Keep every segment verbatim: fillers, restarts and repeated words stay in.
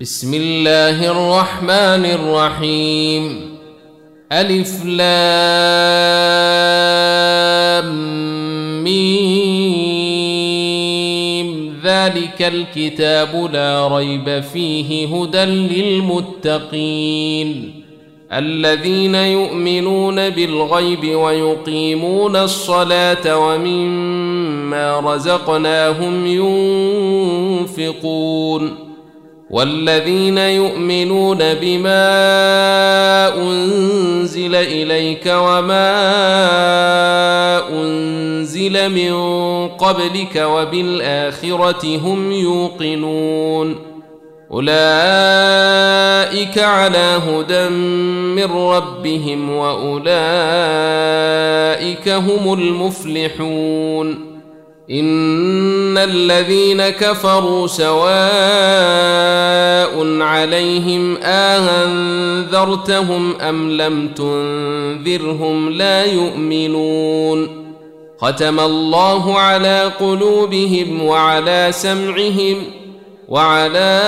بسم الله الرحمن الرحيم. ألف لام ميم. ذلك الكتاب لا ريب فيه هدى للمتقين الذين يؤمنون بالغيب ويقيمون الصلاة ومما رزقناهم ينفقون والذين يؤمنون بما أنزل إليك وما أنزل من قبلك وبالآخرة هم يوقنون أولئك على هدى من ربهم وأولئك هم المفلحون. إن الذين كفروا سواء عليهم أنذرتهم أم لم تنذرهم لا يؤمنون. ختم الله على قلوبهم وعلى سمعهم وعلى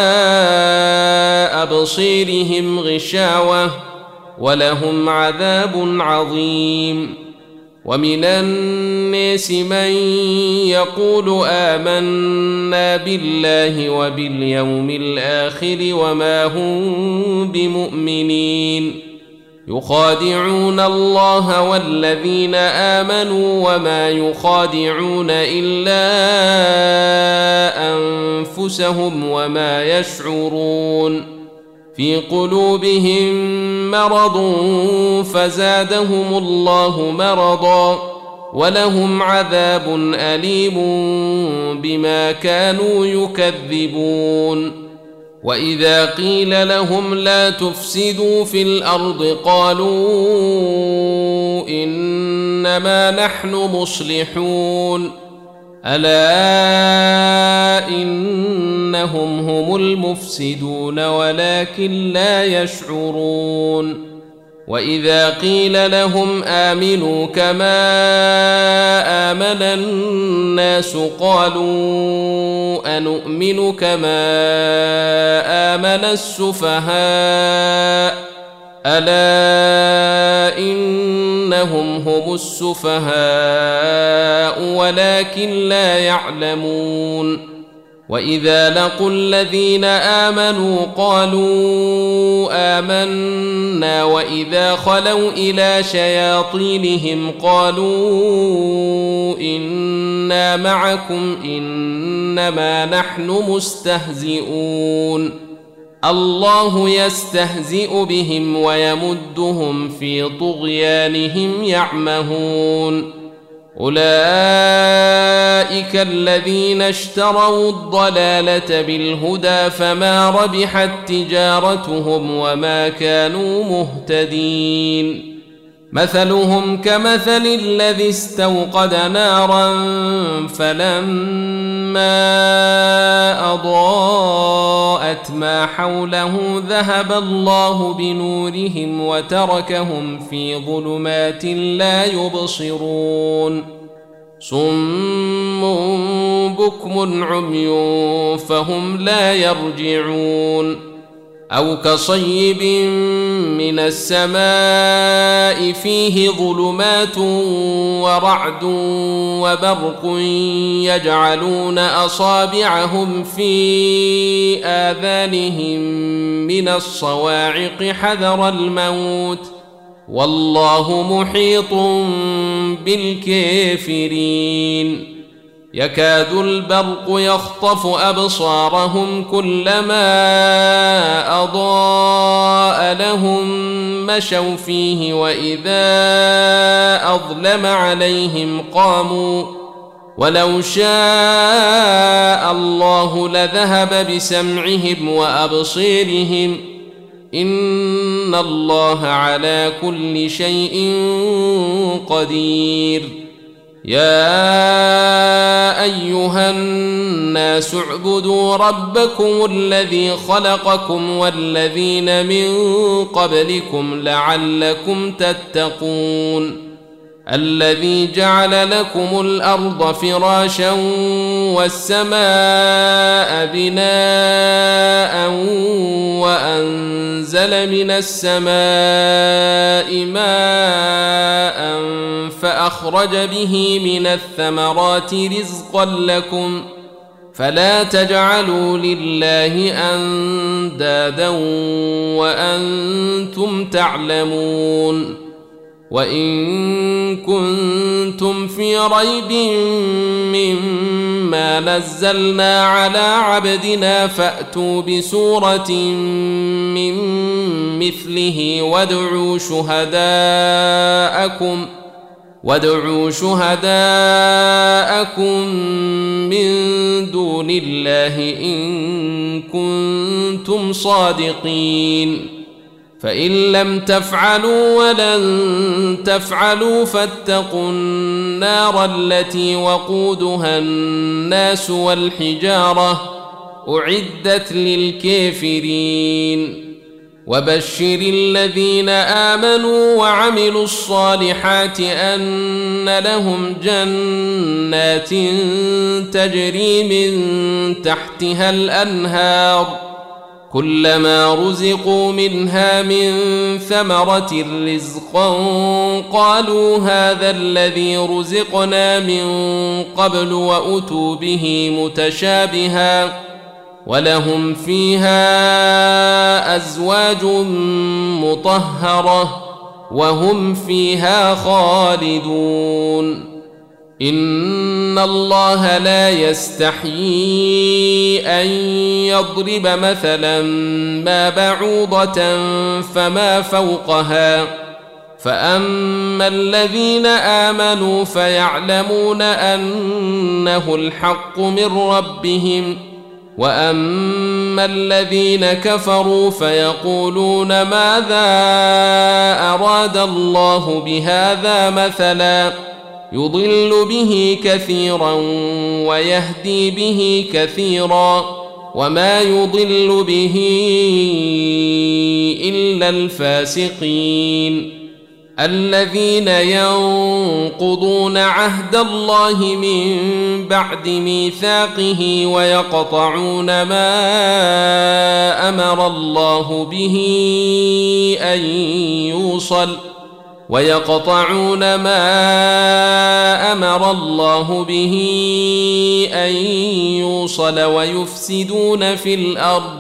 أبصيرهم غشاوة ولهم عذاب عظيم. ومن الناس من يقول آمنا بالله وباليوم الآخر وما هم بمؤمنين يخادعون الله والذين آمنوا وما يخادعون إلا أنفسهم وما يشعرون. في قلوبهم مرض فزادهم الله مرضا ولهم عذاب أليم بما كانوا يكذبون. وإذا قيل لهم لا تفسدوا في الأرض قالوا إنما نحن مصلحون ألا إنهم هم المفسدون ولكن لا يشعرون. وإذا قيل لهم آمنوا كما آمن الناس قالوا أنؤمن كما آمن السفهاء ألا إنهم هم السفهاء ولكن لا يعلمون. وإذا لقوا الذين آمنوا قالوا آمنا وإذا خلوا إلى شياطينهم قالوا إنا معكم إنما نحن مستهزئون الله يستهزئ بهم ويمدهم في طغيانهم يعمهون. أولئك الذين اشتروا الضلالة بالهدى فما ربحت تجارتهم وما كانوا مهتدين. مثلهم كمثل الذي استوقد نارا فلما أضاءت ما حوله ذهب الله بنورهم وتركهم في ظلمات لا يبصرون. صم بكم عمي فهم لا يرجعون. أو كصيب من السماء فيه ظلمات ورعد وبرق يجعلون أصابعهم في آذانهم من الصواعق حذر الموت والله محيط بالكافرين. يكاد البرق يخطف أبصارهم كلما أضاء لهم مشوا فيه وإذا أظلم عليهم قاموا ولو شاء الله لذهب بسمعهم وأبصيرهم إن الله على كل شيء قدير. يا أيها الناس اعبدوا ربكم الذي خلقكم والذين من قبلكم لعلكم تتقون الذي جعل لكم الأرض فراشا والسماء بناء أنزل من السماء ماء فأخرج به من الثمرات رزقا لكم فلا تجعلوا لله أندادا وأنتم تعلمون وإن كنتم في ريب مما نزلنا على عبدنا فأتوا بسورة من مثله وادعوا شهداءكم وادعوا شهداءكم من دون الله إن كنتم صادقين فإن لم تفعلوا ولن تفعلوا فاتقوا النار التي وقودها الناس والحجارة أعدت للكافرين وبشر الذين آمنوا وعملوا الصالحات أن لهم جنات تجري من تحتها الأنهار كلما رزقوا منها من ثمرة رزقا قالوا هذا الذي رزقنا من قبل وأتوا به متشابها ولهم فيها أزواج مطهرة وهم فيها خالدون إن الله لا يستحيي أن يضرب مثلا ما بعوضة فما فوقها فأما الذين آمنوا فيعلمون أنه الحق من ربهم وأما الذين كفروا فيقولون ماذا أراد الله بهذا مثلا يضل به كثيرا ويهدي به كثيرا وما يضل به إلا الفاسقين الذين ينقضون عهد الله من بعد ميثاقه ويقطعون ما أمر الله به أن يوصل ويقطعون ما أمر الله به أن يوصل ويفسدون في الأرض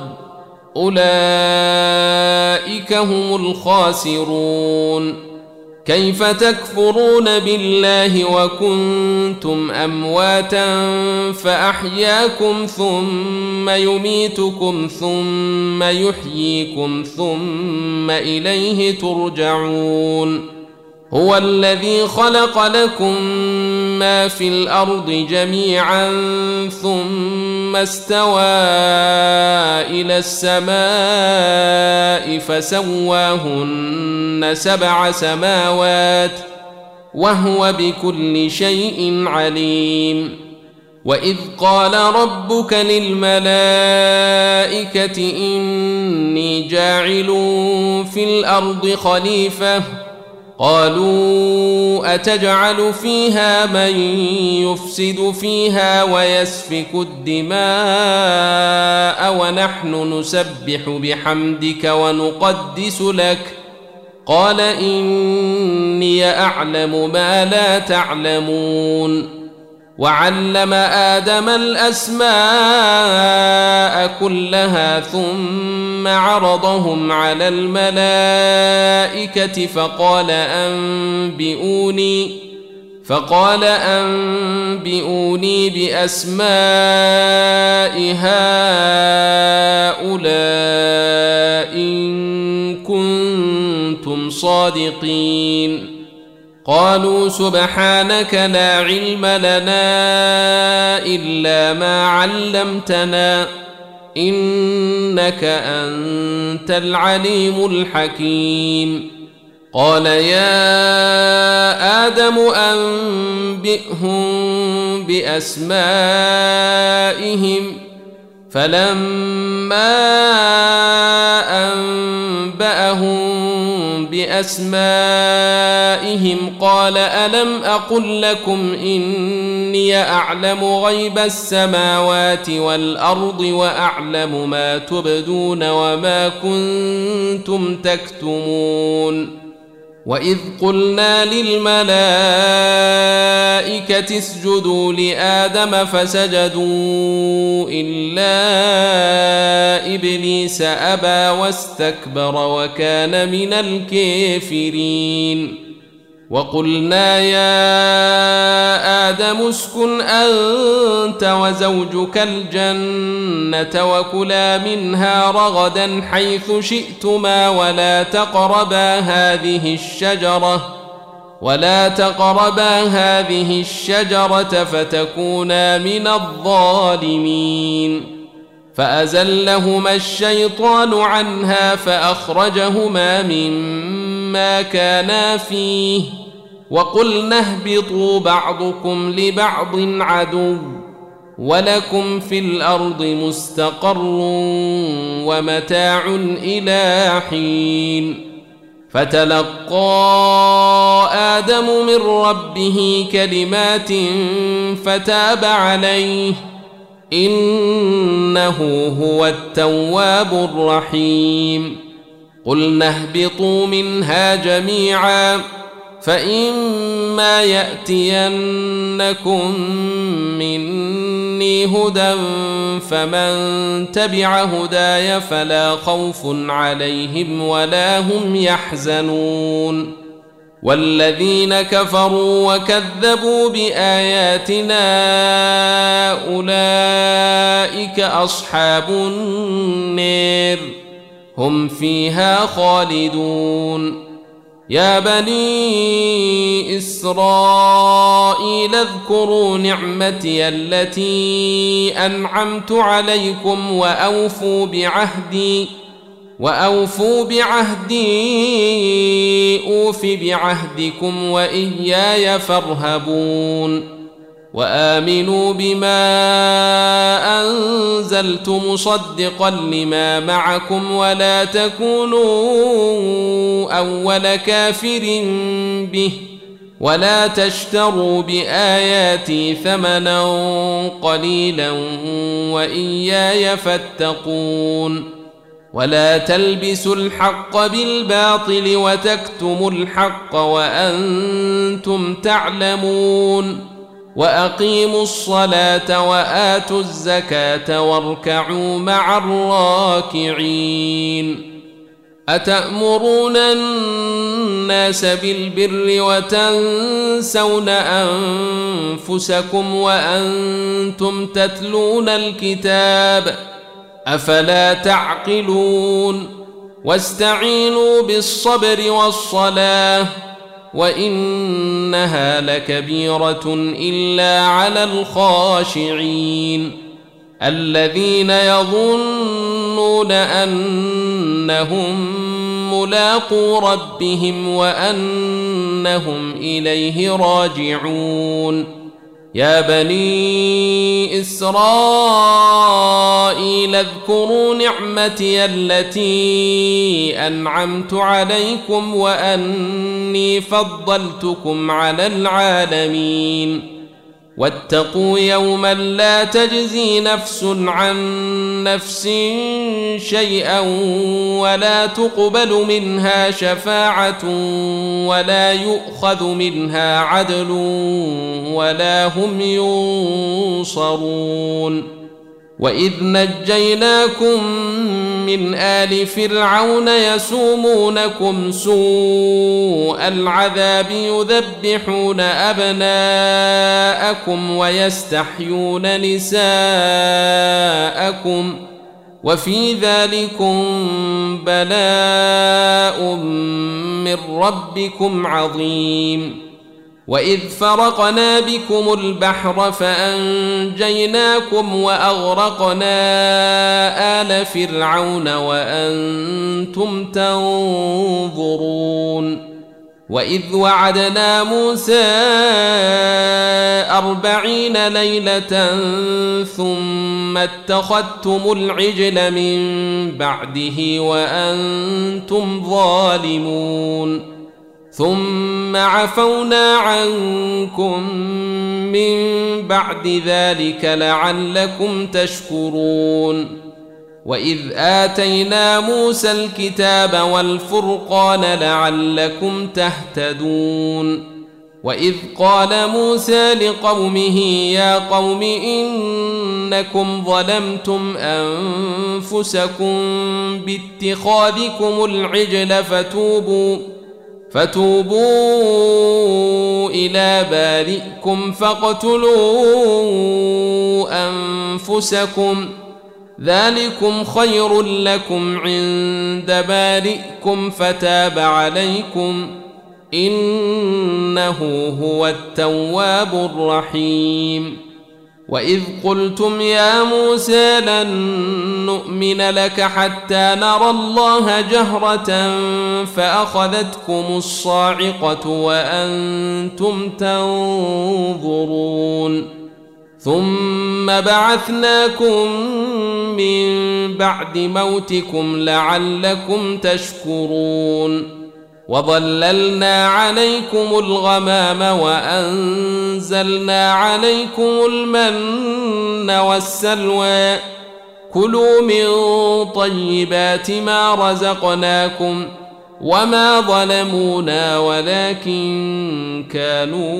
أولئك هم الخاسرون كيف تكفرون بالله وكنتم أمواتا فأحياكم ثم يميتكم ثم يحييكم ثم إليه ترجعون هو الذي خلق لكم ما في الأرض جميعا ثم استوى إلى السماء فسواهن سبع سماوات وهو بكل شيء عليم وإذ قال ربك للملائكة إني جاعل في الأرض خليفة قالوا أتجعل فيها من يفسد فيها ويسفك الدماء ونحن نسبح بحمدك ونقدس لك قال إني أعلم ما لا تعلمون وعلم آدم الأسماء كلها ثم عرضهم على الملائكة فقال أنبئوني فقال أنبئوني بأسماء هؤلاء إن كنتم صادقين قالوا سبحانك لا علم لنا إلا ما علمتنا إنك أنت العليم الحكيم قال يا آدم أنبئهم بأسمائهم فلما أنبأهم بأسمائهم بأسمائهم قال ألم أقل لكم إني أعلم غيب السماوات والأرض وأعلم ما تبدون وما كنتم تكتمون وإذ قلنا للملائكة اسجدوا لآدم فسجدوا إلا إبليس أبى واستكبر وكان من الكافرين وقلنا يا آدم اسكن أنت وزوجك الجنة وكلا منها رغدا حيث شئتما ولا تقربا هذه الشجرة ولا تقربا هذه الشجرة فتكونا من الظالمين فأزلهما الشيطان عنها فأخرجهما مما كانا فيه وقلنا اهبطوا بعضكم لبعض عدو ولكم في الأرض مستقر ومتاع إلى حين فتلقى آدم من ربه كلمات فتاب عليه إنه هو التواب الرحيم قلنا اهبطوا منها جميعا فإما يأتينكم مني هدى فمن تبع هداي فلا خوف عليهم ولا هم يحزنون والذين كفروا وكذبوا بآياتنا أولئك أصحاب النار هم فيها خالدون يا بني إسرائيل اذكروا نعمتي التي أنعمت عليكم وأوفوا بعهدي وأوفوا بعهدي أوف بعهدكم وإياي فارهبون وآمنوا بما أنزلت مصدقا لما معكم ولا تكونوا أول كافر به ولا تشتروا بآياتي ثمنا قليلا وإياي فاتقون ولا تلبسوا الحق بالباطل وتكتموا الحق وأنتم تعلمون وأقيموا الصلاة وآتوا الزكاة واركعوا مع الراكعين أتأمرون الناس بالبر وتنسون أنفسكم وأنتم تتلون الكتاب أفلا تعقلون واستعينوا بالصبر والصلاة وإنها لكبيرة إلا على الخاشعين الذين يظنون أنهم ملاقو ربهم وأنهم إليه راجعون يا بني إسرائيل اذكروا نعمتي التي أنعمت عليكم وأني فضلتكم على العالمين واتقوا يوما لا تجزي نفس عن نفس شيئا ولا تقبل منها شفاعة ولا يؤخذ منها عدل ولا هم ينصرون وإذ نجيناكم من آل فرعون يسومونكم سوء العذاب يذبحون أبناءكم ويستحيون نساءكم وفي ذلكم بلاء من ربكم عظيم وإذ فرقنا بكم البحر فأنجيناكم وأغرقنا آل فرعون وأنتم تنظرون وإذ وعدنا موسى أربعين ليلة ثم اتخذتم العجل من بعده وأنتم ظالمون ثم عفونا عنكم من بعد ذلك لعلكم تشكرون وإذ آتينا موسى الكتاب والفرقان لعلكم تهتدون وإذ قال موسى لقومه يا قوم إنكم ظلمتم أنفسكم باتخاذكم العجل فتوبوا فتوبوا إلى بارئكم فاقتلوا أنفسكم ذلكم خير لكم عند بارئكم فتاب عليكم إنه هو التواب الرحيم وإذ قلتم يا موسى لن نؤمن لك حتى نرى الله جهرة فأخذتكم الصاعقة وأنتم تنظرون ثم بعثناكم من بعد موتكم لعلكم تشكرون وظللنا عليكم الغمام وأنزلنا عليكم المن والسلوى كلوا من طيبات ما رزقناكم وما ظلمونا ولكن كانوا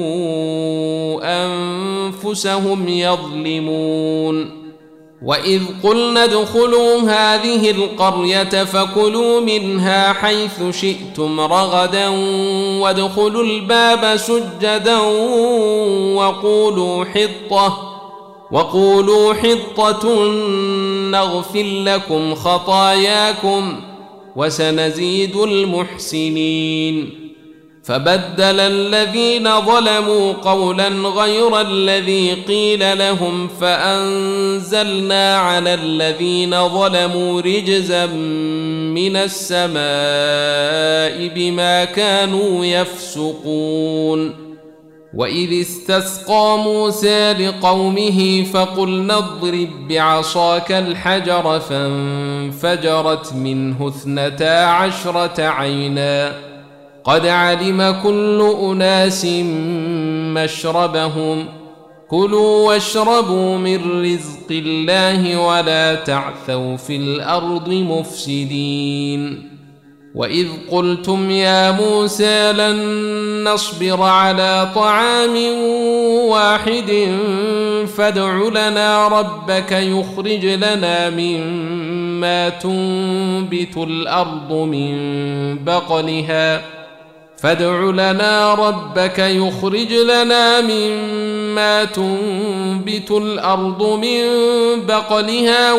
أنفسهم يظلمون وإذ قلنا ادخلوا هذه القرية فكلوا منها حيث شئتم رغدا وادخلوا الباب سجدا وقولوا حطة وقولوا حطة نغفر لكم خطاياكم وسنزيد المحسنين فبدل الذين ظلموا قولا غير الذي قيل لهم فأنزلنا على الذين ظلموا رجزا من السماء بما كانوا يفسقون وإذ استسقى موسى لقومه فقلنا اضرب بعصاك الحجر فانفجرت منه اثنتا عشرة عينا قد علم كل أناس مشربهم كلوا واشربوا من رزق الله ولا تعثوا في الأرض مفسدين وإذ قلتم يا موسى لن نصبر على طعام واحد فادع لنا ربك يخرج لنا مما تنبت الأرض من بقلها فادع لنا ربك يخرج لنا مما تنبت الأرض من بقلها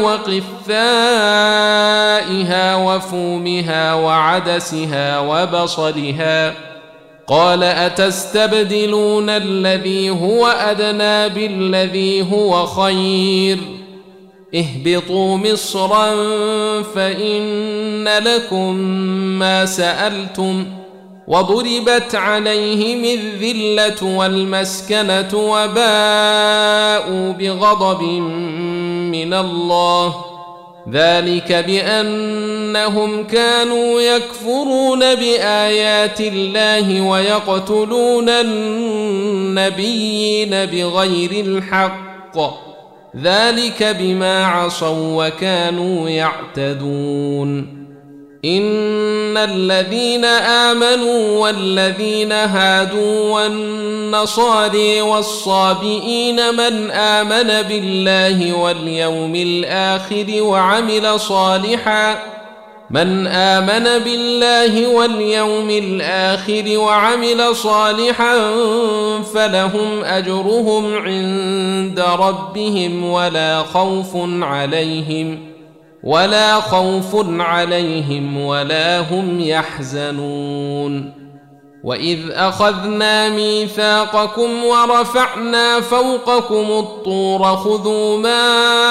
وقثائها وفومها وعدسها وبصلها قال أتستبدلون الذي هو أدنى بالذي هو خير اهبطوا مصرا فإن لكم ما سألتم وضربت عليهم الذلة والمسكنة وباءوا بغضب من الله ذلك بأنهم كانوا يكفرون بآيات الله ويقتلون النبيين بغير الحق ذلك بما عصوا وكانوا يعتدون إن الذين آمنوا والذين هادوا والنصارى والصابئين من آمن بالله واليوم الآخر وعمل صالحا من آمن بالله واليوم الآخر وعمل صالحا فلهم أجرهم عند ربهم ولا خوف عليهم ولا خوف عليهم ولا هم يحزنون وإذ أخذنا ميثاقكم ورفعنا فوقكم الطور خذوا ما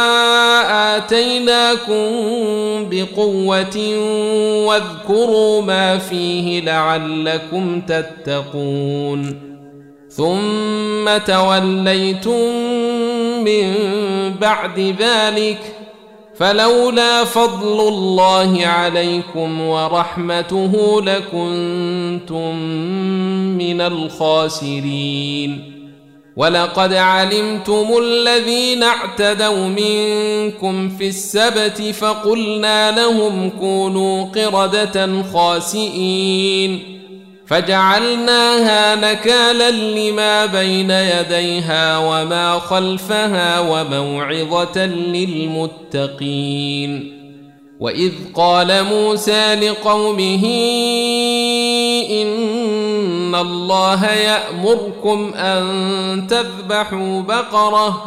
آتيناكم بقوة واذكروا ما فيه لعلكم تتقون ثم توليتم من بعد ذلك فلولا فضل الله عليكم ورحمته لكنتم من الخاسرين ولقد علمتم الذين اعتدوا منكم في السبت فقلنا لهم كونوا قردة خاسئين فجعلناها نكالا لما بين يديها وما خلفها وموعظة للمتقين وإذ قال موسى لقومه إن الله يأمركم أن تذبحوا بقرة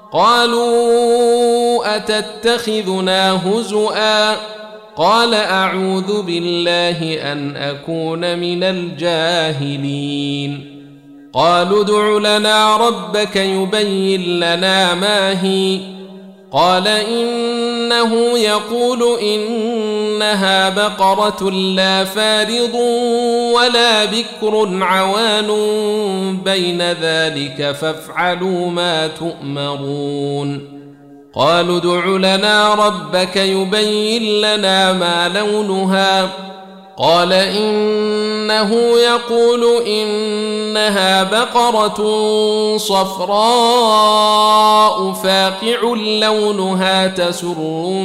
قالوا أتتخذنا هزؤا قال أعوذ بالله أن أكون من الجاهلين قالوا ادع لنا ربك يبين لنا ما هي قال إنه يقول إنها بقرة لا فارض ولا بكر عوان بين ذلك فافعلوا ما تؤمرون قالوا ادع لنا ربك يبين لنا ما لونها قال إنه يقول إنها بقرة صفراء فاقع لونها تسر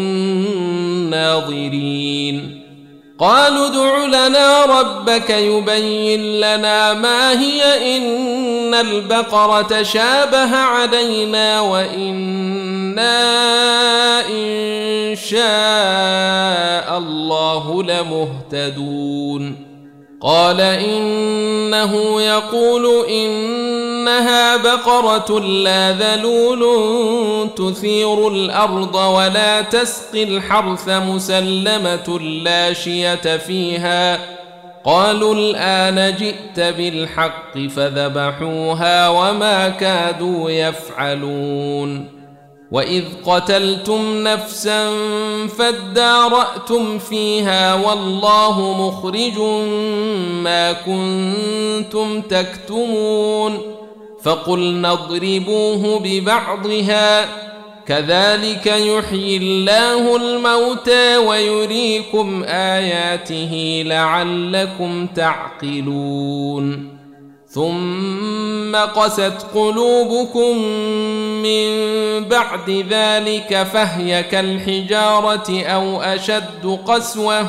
الناظرين قالوا ادع لنا ربك يبين لنا ما هي إن البقرة شابه علينا وإنا إن شاء الله لمهتدون قال إنه يقول إنها بقرة لا ذلول تثير الأرض ولا تسقي الحرث مسلمة لا شية فيها قالوا الآن جئت بالحق فذبحوها وما كادوا يفعلون وإذ قتلتم نفسا فادارأتم فيها والله مخرج ما كنتم تكتمون فقلنا اضربوه ببعضها كذلك يحيي الله الموتى ويريكم آياته لعلكم تعقلون ثم قست قلوبكم من بعد ذلك فهي كالحجارة أو أشد قسوة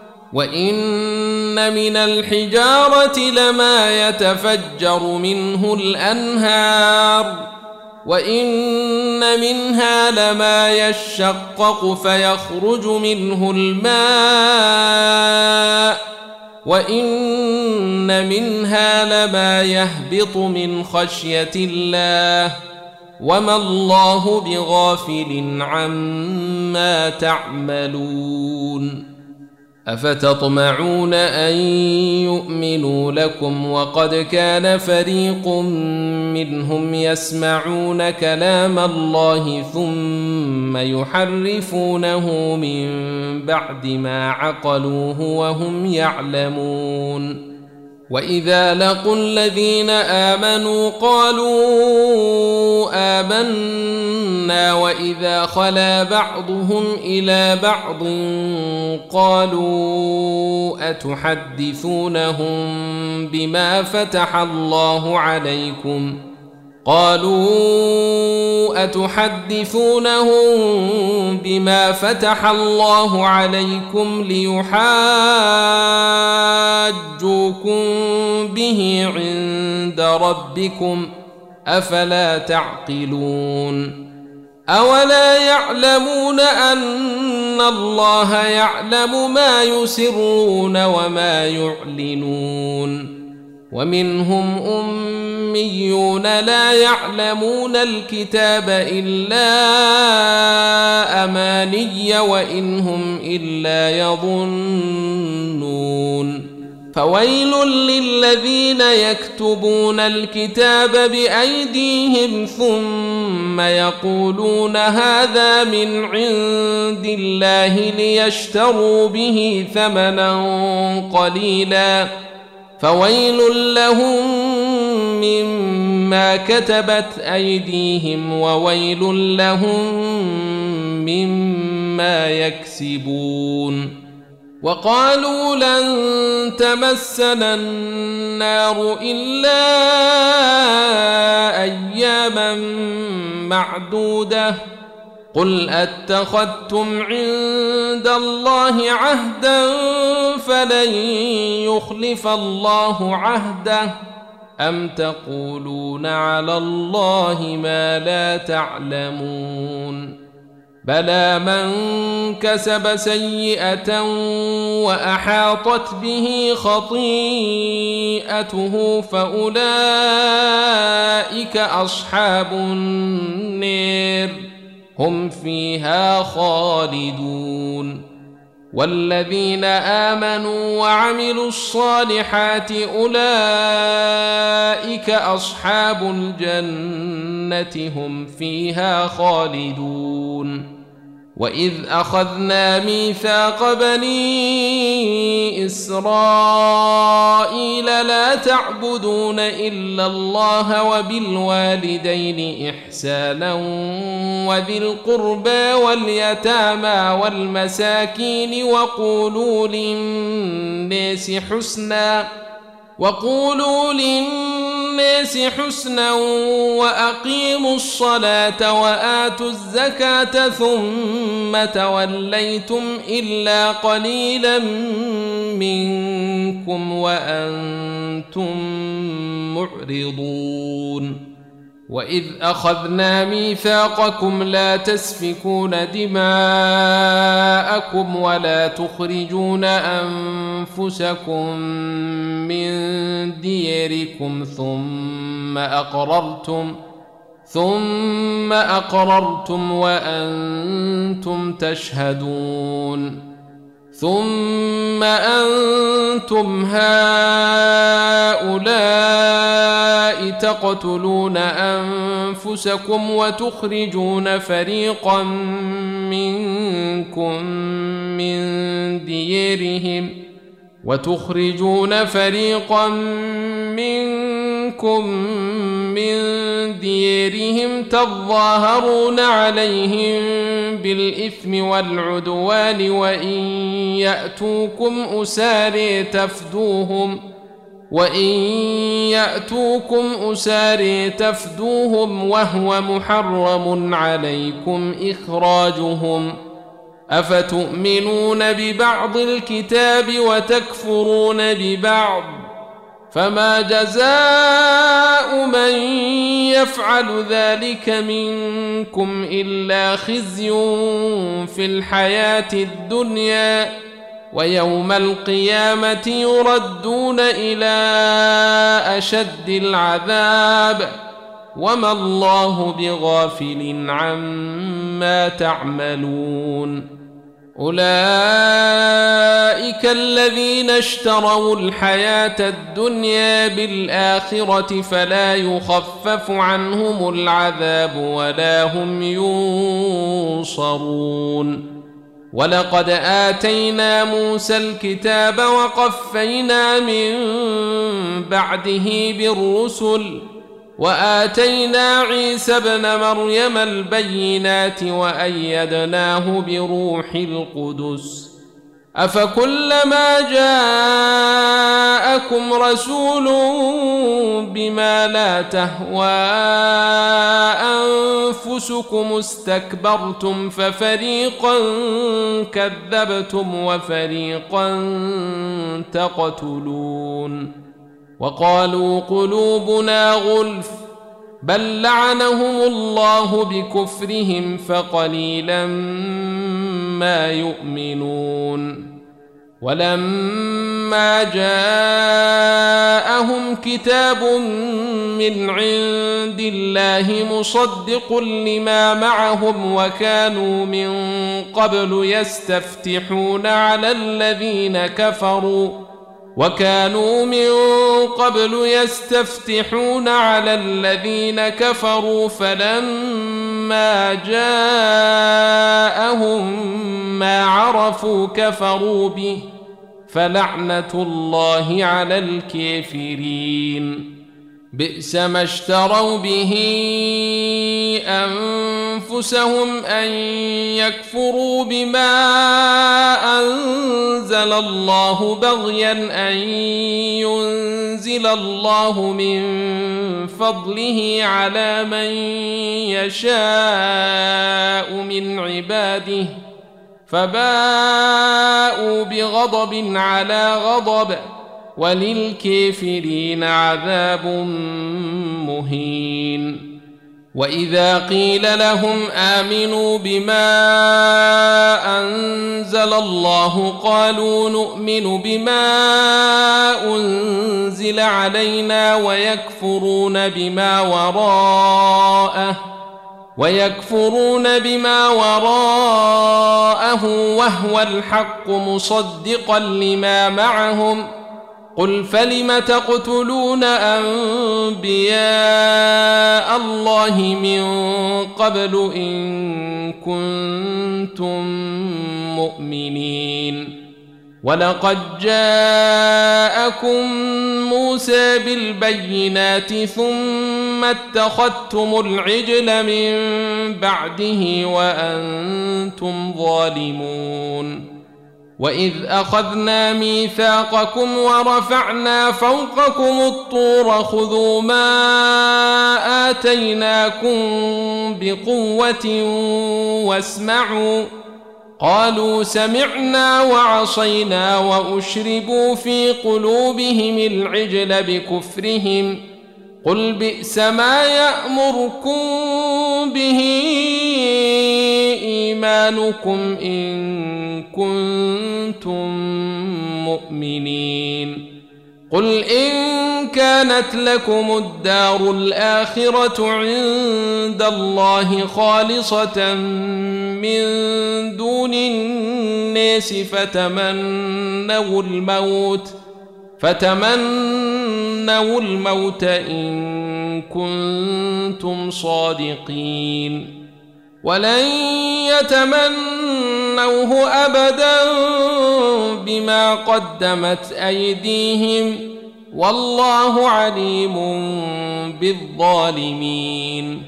وإن من الحجارة لما يتفجر منه الأنهار وإن منها لما يشقق فيخرج منه الماء وإن منها لما يهبط من خشية الله وما الله بغافل عما تعملون أفتطمعون أن يؤمنوا لكم وقد كان فريق منهم يسمعون كلام الله ثم يحرفونه من بعد ما عقلوه وهم يعلمون وإذا لقوا الذين آمنوا قالوا آمنا وإذا خلا بعضهم إلى بعض قالوا أتحدثونهم بما فتح الله عليكم قالوا أتحدثونهم بما فتح الله عليكم ليحاجوكم به عند ربكم أفلا تعقلون أولا يعلمون أن الله يعلم ما يسرون وما يعلنون ومنهم أميون لا يعلمون الكتاب إلا أماني وإن هم إلا يظنون فويل للذين يكتبون الكتاب بأيديهم ثم يقولون هذا من عند الله ليشتروا به ثمنا قليلا فويل لهم مما كتبت أيديهم وويل لهم مما يكسبون. وقالوا لن تمسنا النار إلا أياما معدودة قل أتخذتم عند الله عهدا فلن يخلف الله عهده أم تقولون على الله ما لا تعلمون. بلى من كسب سيئة وأحاطت به خطيئته فأولئك أصحاب النار هم فيها خالدون. والذين آمنوا وعملوا الصالحات أولئك أصحاب الجنة هم فيها خالدون. وإذ أخذنا ميثاق بني إسرائيل لا تعبدون إلا الله وبالوالدين إحسانا وذي القربى واليتامى والمساكين وقولوا للناس حسنا وقولوا للناس حسنا وأقيموا الصلاة وآتوا الزكاة ثم توليتم إلا قليلا منكم وأنتم معرضون. وإذ أخذنا ميثاقكم لا تسفكون دماءكم ولا تخرجون أنفسكم من دياركم ثم أقررتم ثم أقررتم وأنتم تشهدون. ثم أنتم هؤلاء تقتلون أنفسكم وتخرجون فريقا منكم من ديارهم وتخرجون فريقا منكم من ديارهم تظاهرون عليهم بالإثم والعدوان وإن يأتوكم أساري تفدوهم وإن يأتوكم أساري تفدوهم وهو محرم عليكم إخراجهم أفتؤمنون ببعض الكتاب وتكفرون ببعض فما جزاء من يفعل ذلك منكم إلا خزي في الحياة الدنيا ويوم القيامة يردون إلى أشد العذاب وما الله بغافل عما تعملون. أولئك الذين اشتروا الحياة الدنيا بالآخرة فلا يخفف عنهم العذاب ولا هم ينصرون. ولقد آتينا موسى الكتاب وقفينا من بعده بالرسل وآتينا عيسى ابن مريم البينات وأيدناه بروح القدس أفكلما جاءكم رسول بما لا تهوى أنفسكم استكبرتم ففريقا كذبتم وفريقا تقتلون. وقالوا قلوبنا غلف بل لعنهم الله بكفرهم فقليلا ما يؤمنون. ولما جاءهم كتاب من عند الله مصدق لما معهم وكانوا من قبل يستفتحون على الذين كفروا وكانوا من قبل يستفتحون على الذين كفروا فلما جاءهم ما عرفوا كفروا به فلعنة الله على الكافرين. بئس ما اشتروا به أنفسهم أن يكفروا بما أنزل الله بغيا أن ينزل الله من فضله على من يشاء من عباده فباءوا بغضب على غضب وللكافرين عذاب مهين. وإذا قيل لهم آمنوا بما أنزل الله قالوا نؤمن بما أنزل علينا ويكفرون بما وراءه ويكفرون بما وراءه وهو الحق مصدقا لما معهم قل فلم تقتلون أنبياء الله من قبل إن كنتم مؤمنين. ولقد جاءكم موسى بالبينات ثم اتخذتم العجل من بعده وأنتم ظالمون. وإذ أخذنا ميثاقكم ورفعنا فوقكم الطور خذوا ما آتيناكم بقوة واسمعوا قالوا سمعنا وعصينا وأشربوا في قلوبهم العجل بكفرهم قل بئس ما يأمركم به إيمانكم إن كنتم مؤمنين. قل إن كانت لكم الدار الآخرة عند الله خالصة من دون الناس فتمنوا الموت فتمنوا الموت إن كنتم صادقين ولن يتمنوه أبدا بما قدمت أيديهم والله عليم بالظالمين.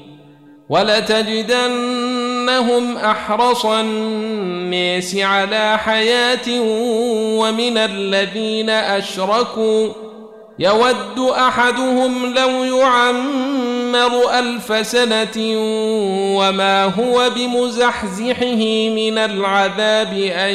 ولتجدنهم أحرص الناس على حياة ومن الذين أشركوا يود أحدهم لو يعمر ألف سنة وما هو بمزحزحه من العذاب أن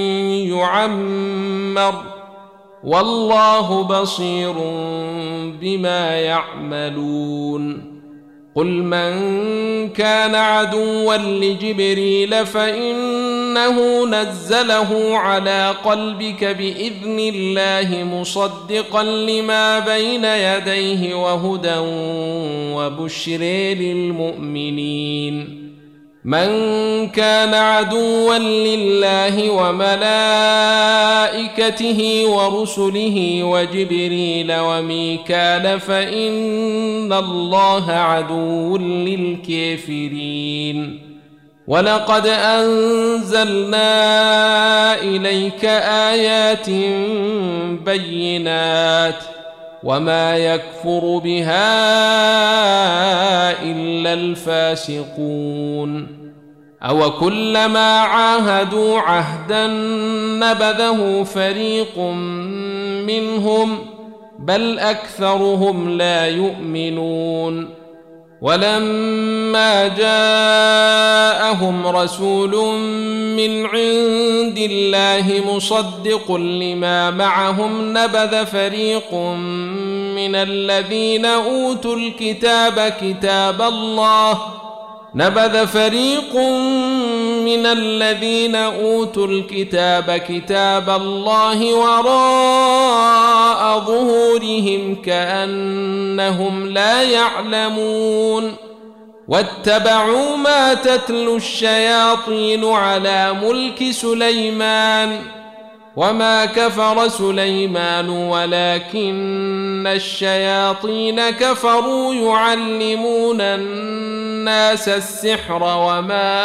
يعمر والله بصير بما يعملون. قل من كان عدوا لجبريل فإنه نزله على قلبك بإذن الله مصدقا لما بين يديه وهدى وبشرى للمؤمنين. من كان عدوا لله وملائكته ورسله وجبريل وميكال فإن الله عدو للكافرين. ولقد أنزلنا إليك آيات بينات وما يكفر بها إلا الفاسقون. أو كلما عاهدوا عهدا نبذه فريق منهم بل أكثرهم لا يؤمنون. ولما جاءهم رسول من عند الله مصدق لما معهم نبذ فريق من الذين أوتوا الكتاب كتاب الله نبذ فريق من الذين أوتوا الكتاب كتاب الله وراء ظهورهم كأنهم لا يعلمون. واتبعوا ما تتلو الشياطين على ملك سليمان وما كفر سليمان ولكن الشياطين كفروا يعلمون الناس السحر وما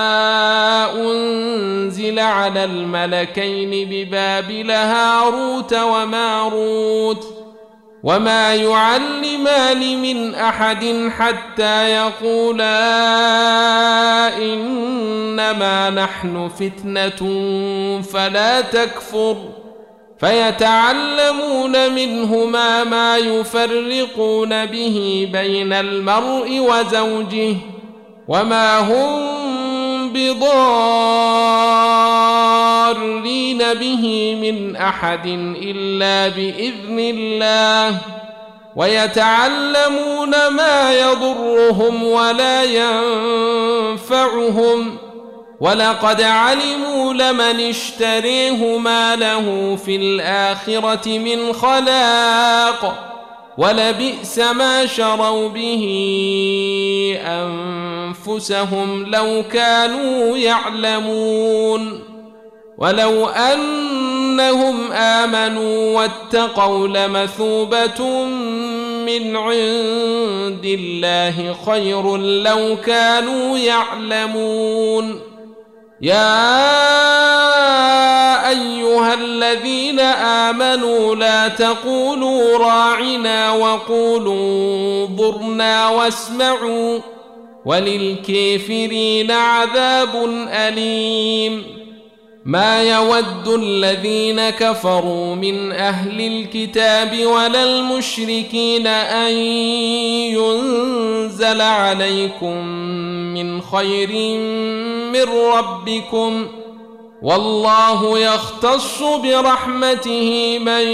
أنزل على الملكين ببابل هاروت وماروت وما يعلمان من أحد حتى يقولا إنما نحن فتنة فلا تكفر فيتعلمون منهما ما يفرقون به بين المرء وزوجه وما هم بضارين به من أحد إلا بإذن الله ويتعلمون ما يضرهم ولا ينفعهم ولقد علموا لمن اشتريه ما له في الآخرة من خلاق ولبئس ما شروا به أنفسهم لو كانوا يعلمون ولو أنهم آمنوا واتقوا لمثوبة من عند الله خير لو كانوا يعلمون يا أيها الذين آمنوا لا تقولوا راعنا وقولوا انظرنا واسمعوا وللكافرين عذاب أليم ما يود الذين كفروا من أهل الكتاب ولا المشركين أن ينزل عليكم من خير من ربكم والله يختص برحمته من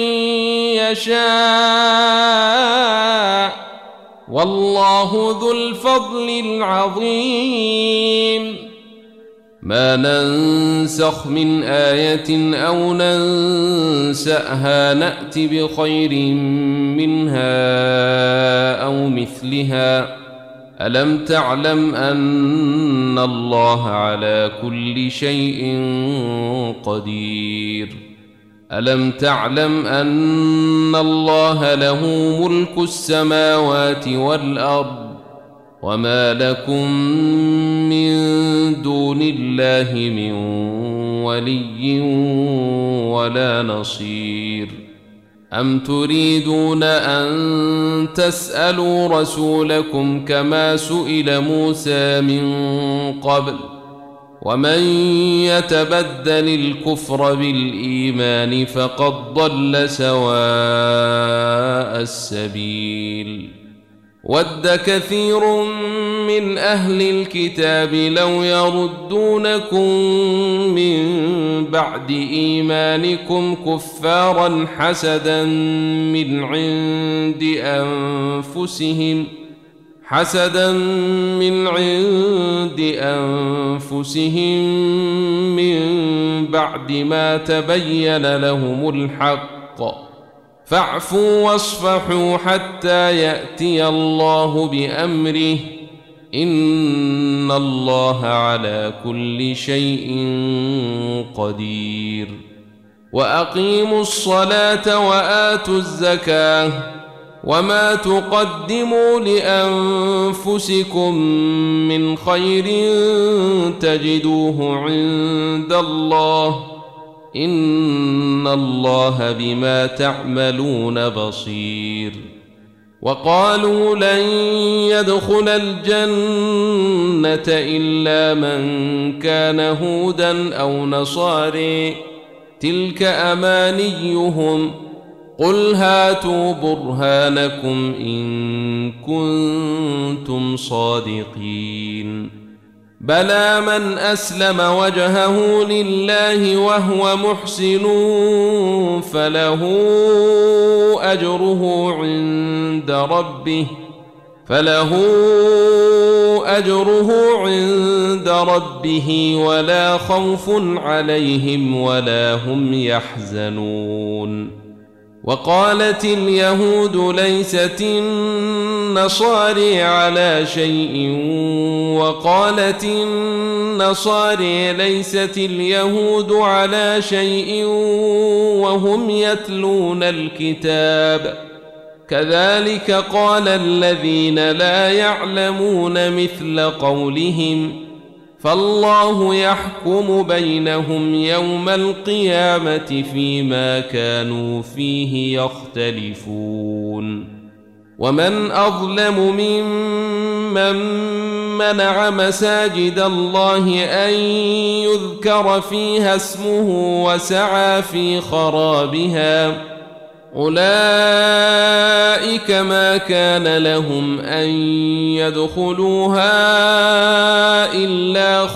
يشاء والله ذو الفضل العظيم ما ننسخ من آية أو ننسأها نأت بخير منها أو مثلها ألم تعلم أن الله على كل شيء قدير ألم تعلم أن الله له ملك السماوات والأرض وما لكم من دون الله من ولي ولا نصير أم تريدون أن تسألوا رسولكم كما سئل موسى من قبل ومن يتبدل الكفر بالإيمان فقد ضل سواء السبيل ود كثير من أهل الكتاب لو يردونكم من بعد إيمانكم كفارا حسدا من عند أنفسهم حسدا من عند أنفسهم من بعد ما تبين لهم الحق فاعفوا واصفحوا حتى يأتي الله بأمره إن الله على كل شيء قدير وأقيموا الصلاة وآتوا الزكاة وما تقدموا لأنفسكم من خير تجدوه عند الله إن الله بما تعملون بصير وقالوا لن يدخل الجنة إلا من كان هودا أو نصاري تلك أمانيهم قل هاتوا برهانكم إن كنتم صادقين بلى من أسلم وجهه لله وهو محسن فله أجره عند ربه فله أجره عند ربه ولا خوف عليهم ولا هم يحزنون وقالت اليهود ليست النصارى على شيء وقالت النصارى ليست اليهود على شيء وهم يتلون الكتاب كذلك قال الذين لا يعلمون مثل قولهم فالله يحكم بينهم يوم القيامة فيما كانوا فيه يختلفون ومن أظلم ممن منع مساجد الله أن يذكر فيها اسمه وسعى في خرابها أولئك ما كان لهم أن يدخلوها إلا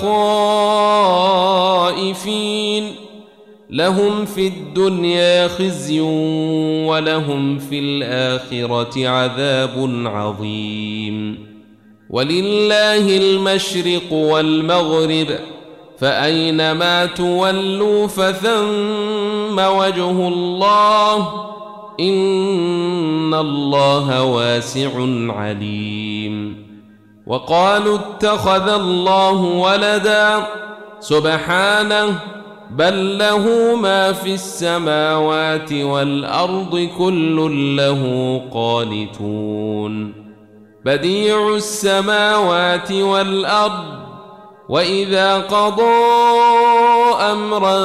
خائفين لهم في الدنيا خزي ولهم في الآخرة عذاب عظيم ولله المشرق والمغرب فأينما تولوا فثم وجه الله إن الله واسع عليم وقالوا اتخذ الله ولدا سبحانه بل له ما في السماوات والأرض كل له قانتون بديع السماوات والأرض وإذا قضى أمرا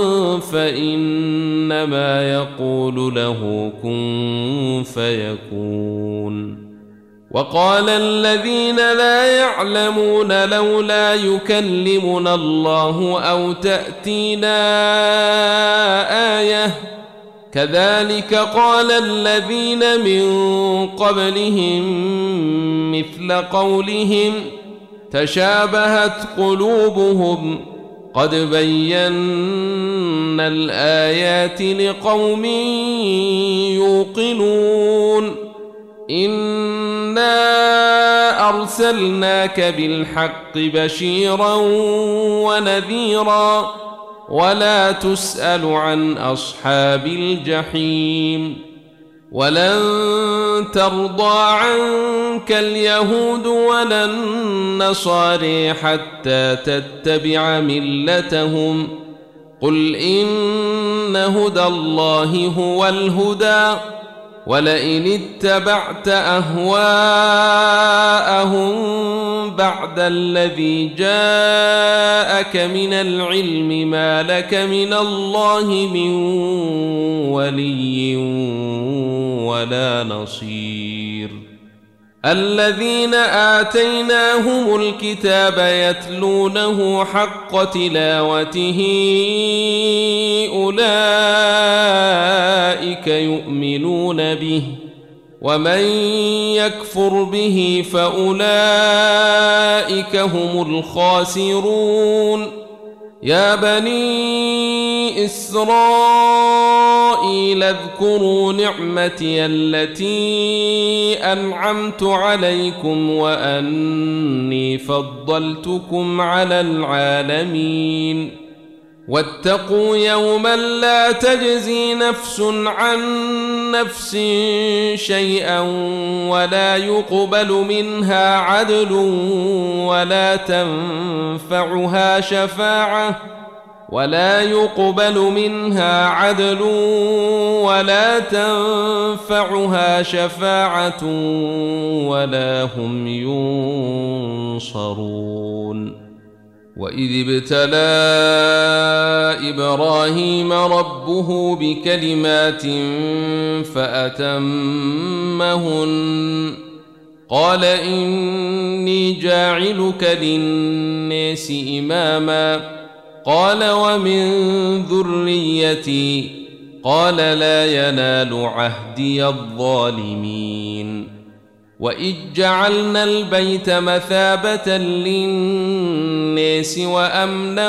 فإنما يقول له كن فيكون وقال الذين لا يعلمون لولا يكلمنا الله أو تأتينا آية كذلك قال الذين من قبلهم مثل قولهم تشابهت قلوبهم قد بينا الآيات لقوم يوقنون إنا أرسلناك بالحق بشيرا ونذيرا ولا تسأل عن أصحاب الجحيم ولن ترضى عنك اليهود ولا النصارى حتى تتبع ملتهم قل إن هدى الله هو الهدى ولئن اتبعت أهواءهم بعد الذي جاءك من العلم ما لك من الله من ولي ولا نصير الذين آتيناهم الكتاب يتلونه حق تلاوته أولئك يؤمنون به ومن يكفر به فأولئك هم الخاسرون يا بني إسرائيل اذكروا نعمتي التي أنعمت عليكم وأني فضلتكم على العالمين واتقوا يوما لا تجزي نفس عن نفس شيئا ولا يقبل منها عدل ولا تنفعها شفاعة ولا يقبل منها عدل ولا تنفعها شفاعة ولا هم ينصرون وإذ ابتلى إبراهيم ربه بكلمات فأتمهن قال إني جاعلك للناس إماما قال ومن ذريتي قال لا ينال عهدي الظالمين وإذ جعلنا البيت مثابة للناس وأمنا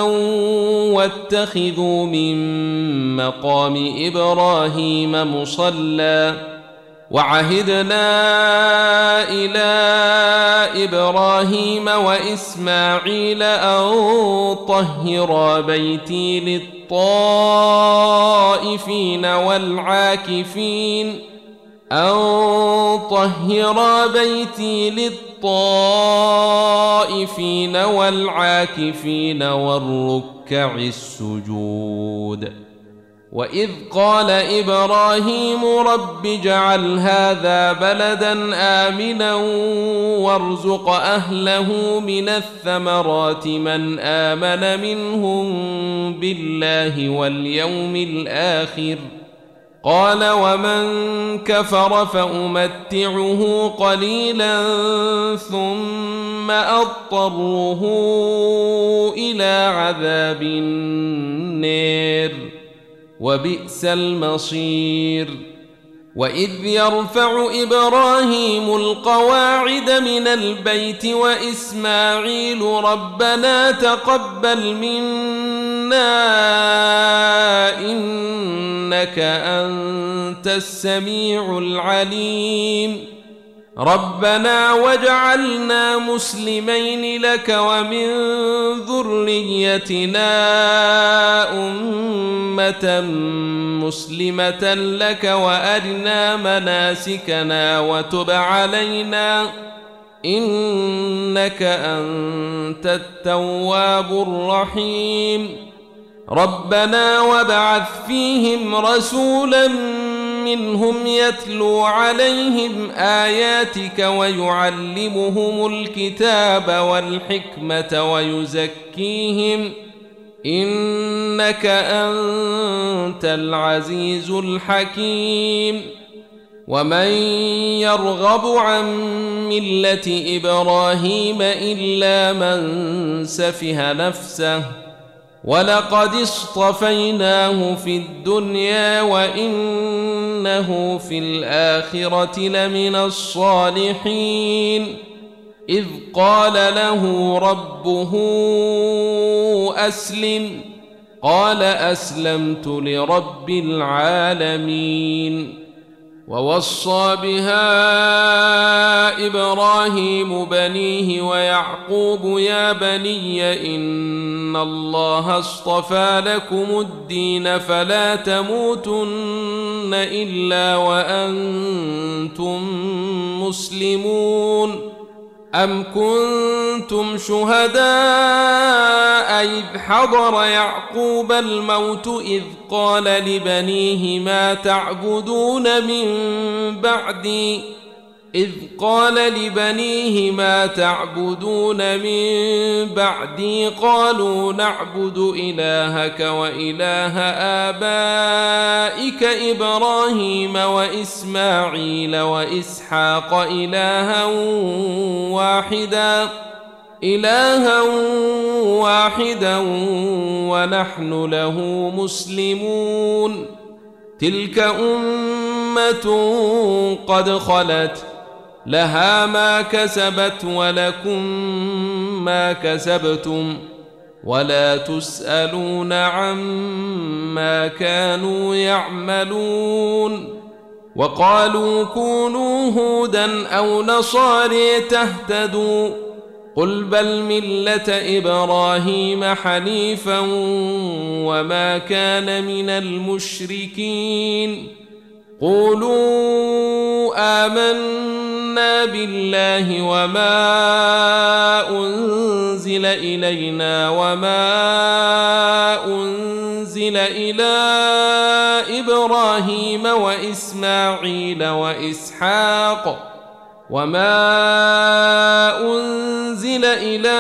واتخذوا من مقام إبراهيم مصلى وعهدنا إلى إبراهيم وإسماعيل أن طهرا بيتي للطائفين والعاكفين أن طهرا بيتي للطائفين والعاكفين والركع السجود. وإذ قال إبراهيم رب اجعل هذا بلدا آمنا وارزق أهله من الثمرات من آمن منهم بالله واليوم الآخر قال ومن كفر فأمتعه قليلا ثم أضطره إلى عذاب النار وبئس المصير. وإذ يرفع إبراهيم القواعد من البيت وإسماعيل ربنا تقبل منا إنك أنت السميع العليم ربنا واجعلنا مسلمين لك ومن ذريتنا أمة مسلمة لك وأرنا مناسكنا وتب علينا إنك أنت التواب الرحيم ربنا وابعث فيهم رسولا منهم يتلو عليهم آياتك ويعلمهم الكتاب والحكمة ويزكيهم إنك أنت العزيز الحكيم. ومن يرغب عن ملة إبراهيم إلا من سفه نفسه ولقد اصطفيناه في الدنيا وإنه في الآخرة لمن الصالحين إذ قال له ربه أسلم قال أسلمت لرب العالمين. ووصى بها إبراهيم بنيه ويعقوب يا بني إن الله اصطفى لكم الدين فلا تموتن إلا وأنتم مسلمون. أم كنتم شهداء إذ حضر يعقوب الموت إذ قال لبنيه ما تعبدون من بعدي إذ قال لبنيه ما تعبدون من بعدي قالوا نعبد إلهك وإله آبائك إبراهيم وإسماعيل وإسحاق إلها واحدا إلها واحدا ونحن له مسلمون. تلك أمة قد خلت لها ما كسبت ولكم ما كسبتم ولا تسألون عما كانوا يعملون. وقالوا كونوا هودا أو نصارى تهتدوا قل بل ملة إبراهيم حنيفا وما كان من المشركين. قولوا آمنا بالله وما أنزل إلينا وما أنزل إلى إبراهيم وإسماعيل وإسحاق وما أنزل إلى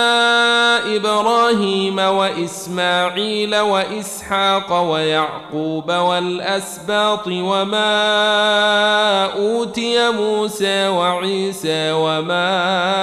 إبراهيم وإسماعيل وإسحاق ويعقوب والأسباط وما أوتي موسى وعيسى وما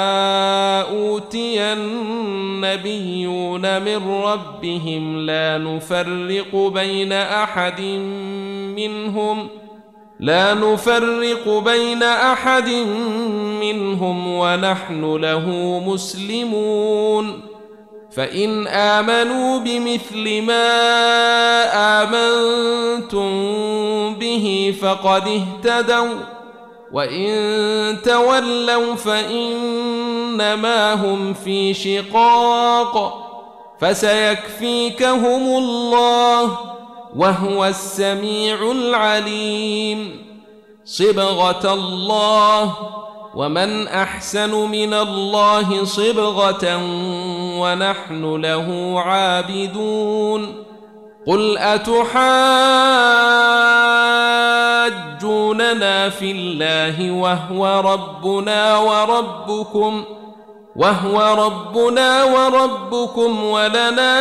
أوتي النبيون من ربهم لا نفرق بين أحد منهم لا نفرق بين أحد منهم ونحن له مسلمون. فإن آمنوا بمثل ما آمنتم به فقد اهتدوا وإن تولوا فإنما هم في شقاق فسيكفيكهم الله وهو السميع العليم. صبغة الله ومن أحسن من الله صبغة ونحن له عابدون. قل أتحاجوننا في الله وهو ربنا وربكم وهو ربنا وربكم ولنا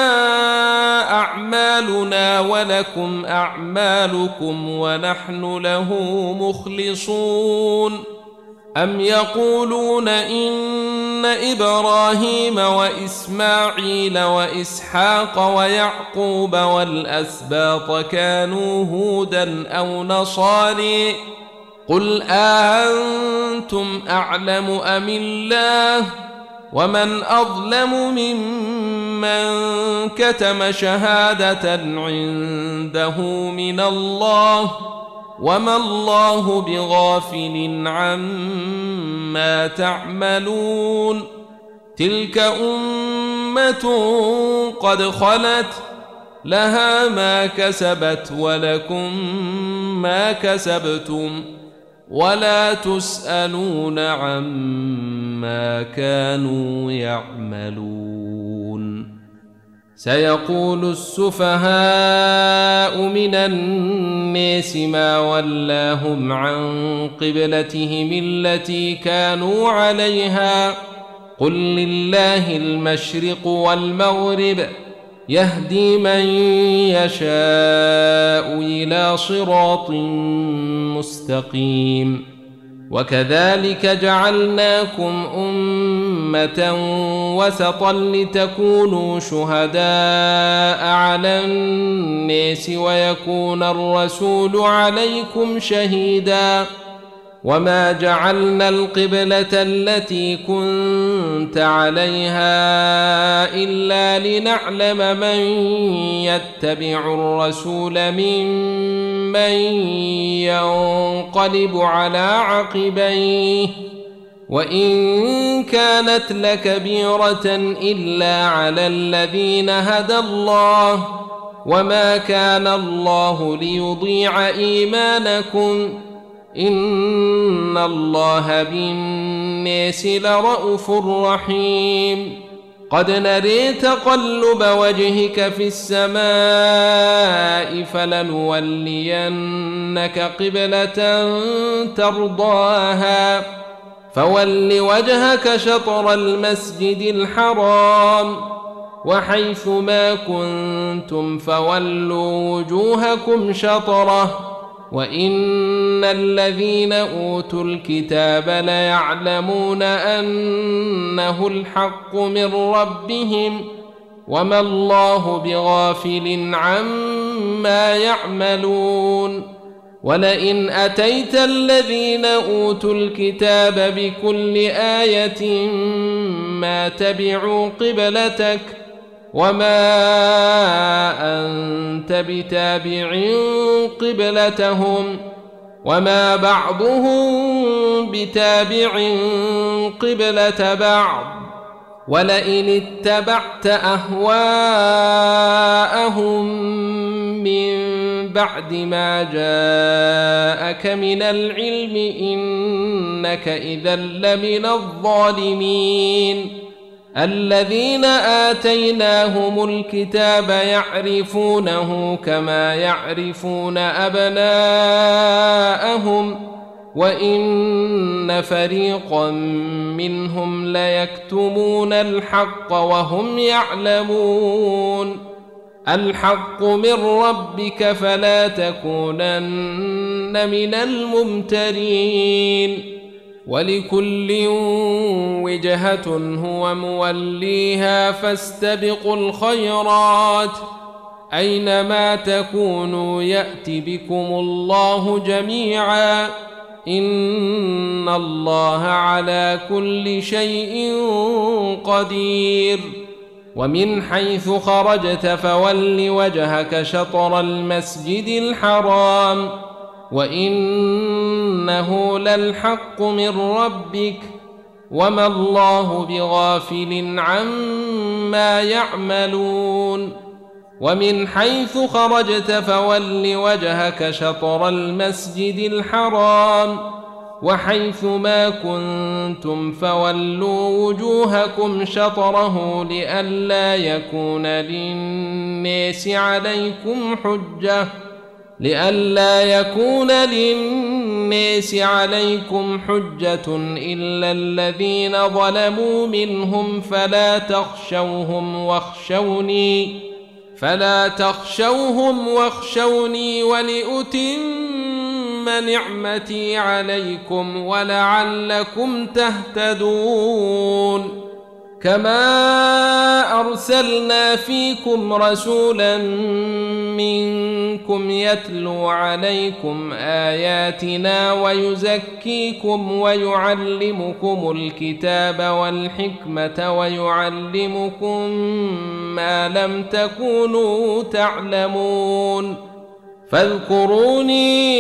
أعمالنا ولكم أعمالكم ونحن له مخلصون. أم يقولون إن إبراهيم وإسماعيل وإسحاق ويعقوب والأسباط كانوا هودا أو نصاري؟ قل أأنتم أعلم أم الله؟ ومن أظلم ممن كتم شهادة عنده من الله وما الله بغافل عما تعملون. تلك أمة قد خلت لها ما كسبت ولكم ما كسبتم ولا تسألون عما كانوا يعملون. سيقول السفهاء من الناس ما ولاهم عن قبلتهم التي كانوا عليها قل لله المشرق والمغرب يهدي من يشاء إلى صراط مستقيم. وكذلك جعلناكم أمة وسطا لتكونوا شهداء على الناس ويكون الرسول عليكم شهيدا. وما جعلنا القبلة التي كنت عليها إلا لنعلم من يتبع الرسول ممن ينقلب على عقبيه وإن كانت لكبيرة إلا على الذين هدى الله وما كان الله ليضيع إيمانكم إن الله بالناس لرءوف رحيم. قد نري تقلب وجهك في السماء فلنولينك قبلة ترضاها فول وجهك شطر المسجد الحرام وحيث ما كنتم فولوا وجوهكم شطره وإن الذين أوتوا الكتاب ليعلمون أنه الحق من ربهم وما الله بغافل عما يعملون. ولئن أتيت الذين أوتوا الكتاب بكل آية ما تبعوا قبلتك وما أنت بتابع قبلتهم وما بعضهم بتابع قبلة بعض ولئن اتبعت أهواءهم من بعد ما جاءك من العلم إنك إذا لمن الظالمين. الذين آتيناهم الكتاب يعرفونه كما يعرفون أبناءهم وإن فريقا منهم ليكتمون الحق وهم يعلمون. الحق من ربك فلا تكونن من الممترين. ولكل وجهة هو موليها فاستبقوا الخيرات أينما تكونوا يأت بكم الله جميعا إن الله على كل شيء قدير. ومن حيث خرجت فول وجهك شطر المسجد الحرام وإنه للحق من ربك وما الله بغافل عما يعملون ومن حيث خرجت فول وجهك شطر المسجد الحرام وحيث ما كنتم فولوا وجوهكم شطره لئلا يكون للناس عليكم حجة لئلا يكون للناس عليكم حجة إلا الذين ظلموا منهم فلا تخشوهم واخشوني فلا تخشوهم واخشوني ولأتم نعمتي عليكم ولعلكم تهتدون كما أرسلنا فيكم رسولا منكم يتلو عليكم آياتنا ويزكيكم ويعلمكم الكتاب والحكمة ويعلمكم ما لم تكونوا تعلمون فاذكروني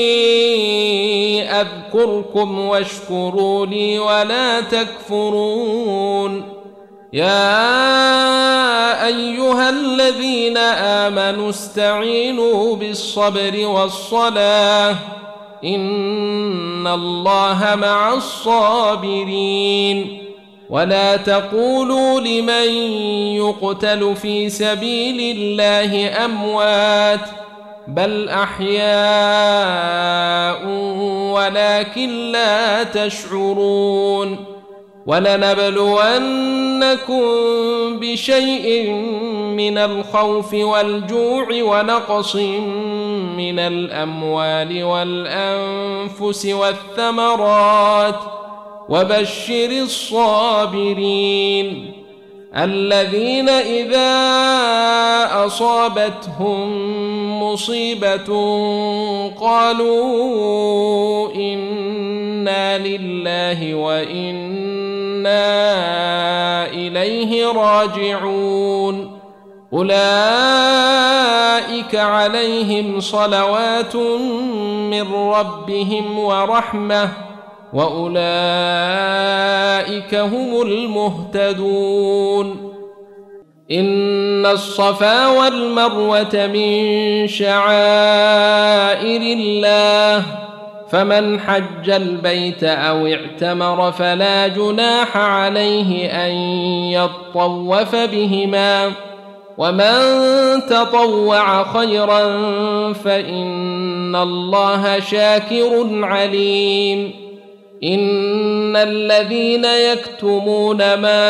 أذكركم واشكروا لي ولا تكفرون يا أيها الذين آمنوا استعينوا بالصبر والصلاة إن الله مع الصابرين ولا تقولوا لمن يقتل في سبيل الله أموات بل أحياء ولكن لا تشعرون ولنبلونكم بشيء من الخوف والجوع ونقص من الأموال والأنفس والثمرات وبشر الصابرين الذين إذا أصابتهم مصيبة قالوا إنا لله وإنا إليه راجعون أولئك عليهم صلوات من ربهم ورحمة وأولئك هم المهتدون إن الصفا والمروة من شعائر الله فمن حج البيت أو اعتمر فلا جناح عليه أن يطوف بهما ومن تطوع خيرا فإن الله شاكر عليم إن الذين يكتمون ما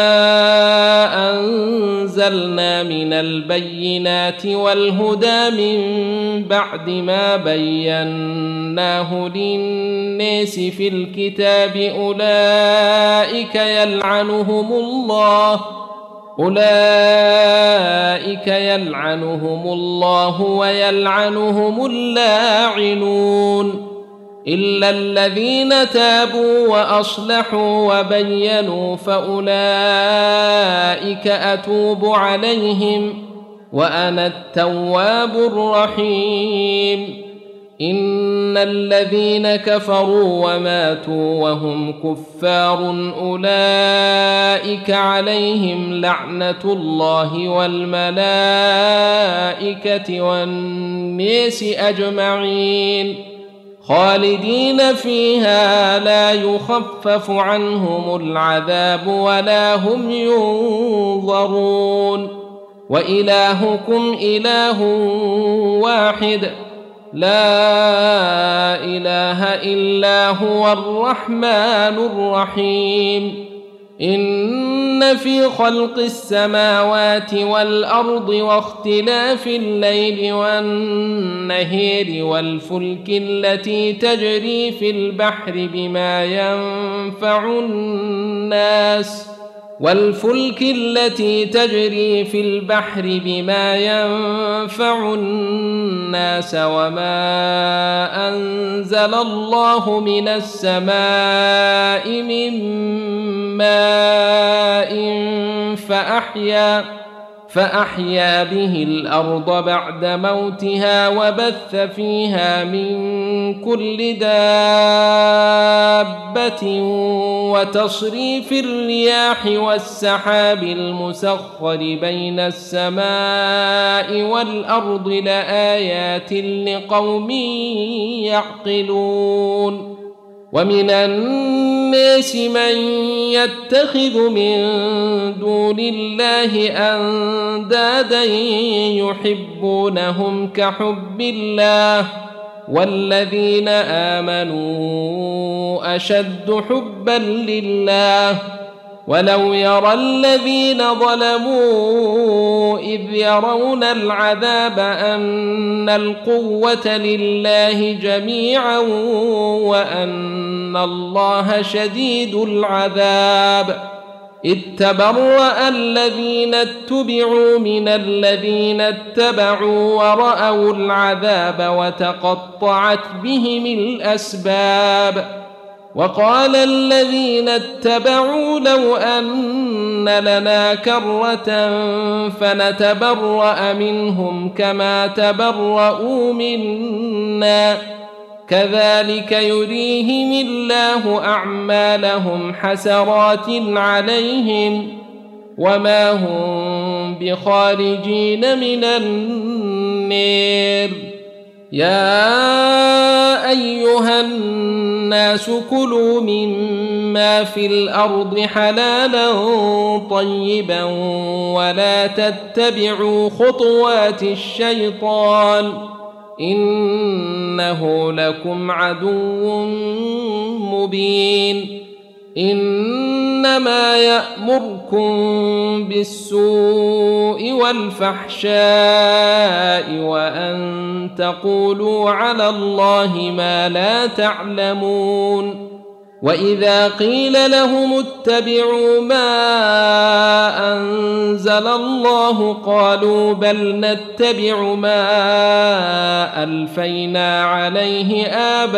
أنزلنا من البينات والهدى من بعد ما بيناه للناس في الكتاب أولئك يلعنهم الله أولئك يلعنهم الله ويلعنهم اللاعنون إلا الذين تابوا وأصلحوا وبينوا فأولئك أتوب عليهم وأنا التواب الرحيم إن الذين كفروا وماتوا وهم كفار أولئك عليهم لعنة الله والملائكة والناس أجمعين خالدين فيها لا يخفف عنهم العذاب ولا هم ينظرون وإلهكم إله واحد لا إله إلا هو الرحمن الرحيم إن في خلق السماوات والأرض واختلاف الليل والنهار والفلك التي تجري في البحر بما ينفع الناس والفلك التي تجري في البحر بما ينفع الناس وما أنزل الله من السماء من ماء فأحيا فأحيا به الأرض بعد موتها وبث فيها من كل دابة وتصريف الرياح والسحاب المسخر بين السماء والأرض لآيات لقوم يعقلون ومن الناس من يتخذ من دون الله أندادا يحبونهم كحب الله والذين آمنوا أشد حبا لله ولو يرى الذين ظلموا إذ يرون العذاب أن القوة لله جميعا وأن الله شديد العذاب إذ تبرأ الذين اتبعوا من الذين اتبعوا ورأوا العذاب وتقطعت بهم الأسباب وقال الذين اتبعوا لو أن لنا كرة فنتبرأ منهم كما تبرؤوا منا كذلك يريهم الله أعمالهم حسرات عليهم وما هم بخارجين من النار يا أيها الناس كلوا مما في الأرض حلالا طيبا ولا تتبعوا خطوات الشيطان إنه لكم عدو مبين إنما يأمركم بالسوء والفحشاء وأن تقولوا على الله ما لا تعلمون وإذا قيل لهم اتبعوا ما أنزل الله قالوا بل نتبع ما ألفينا عليه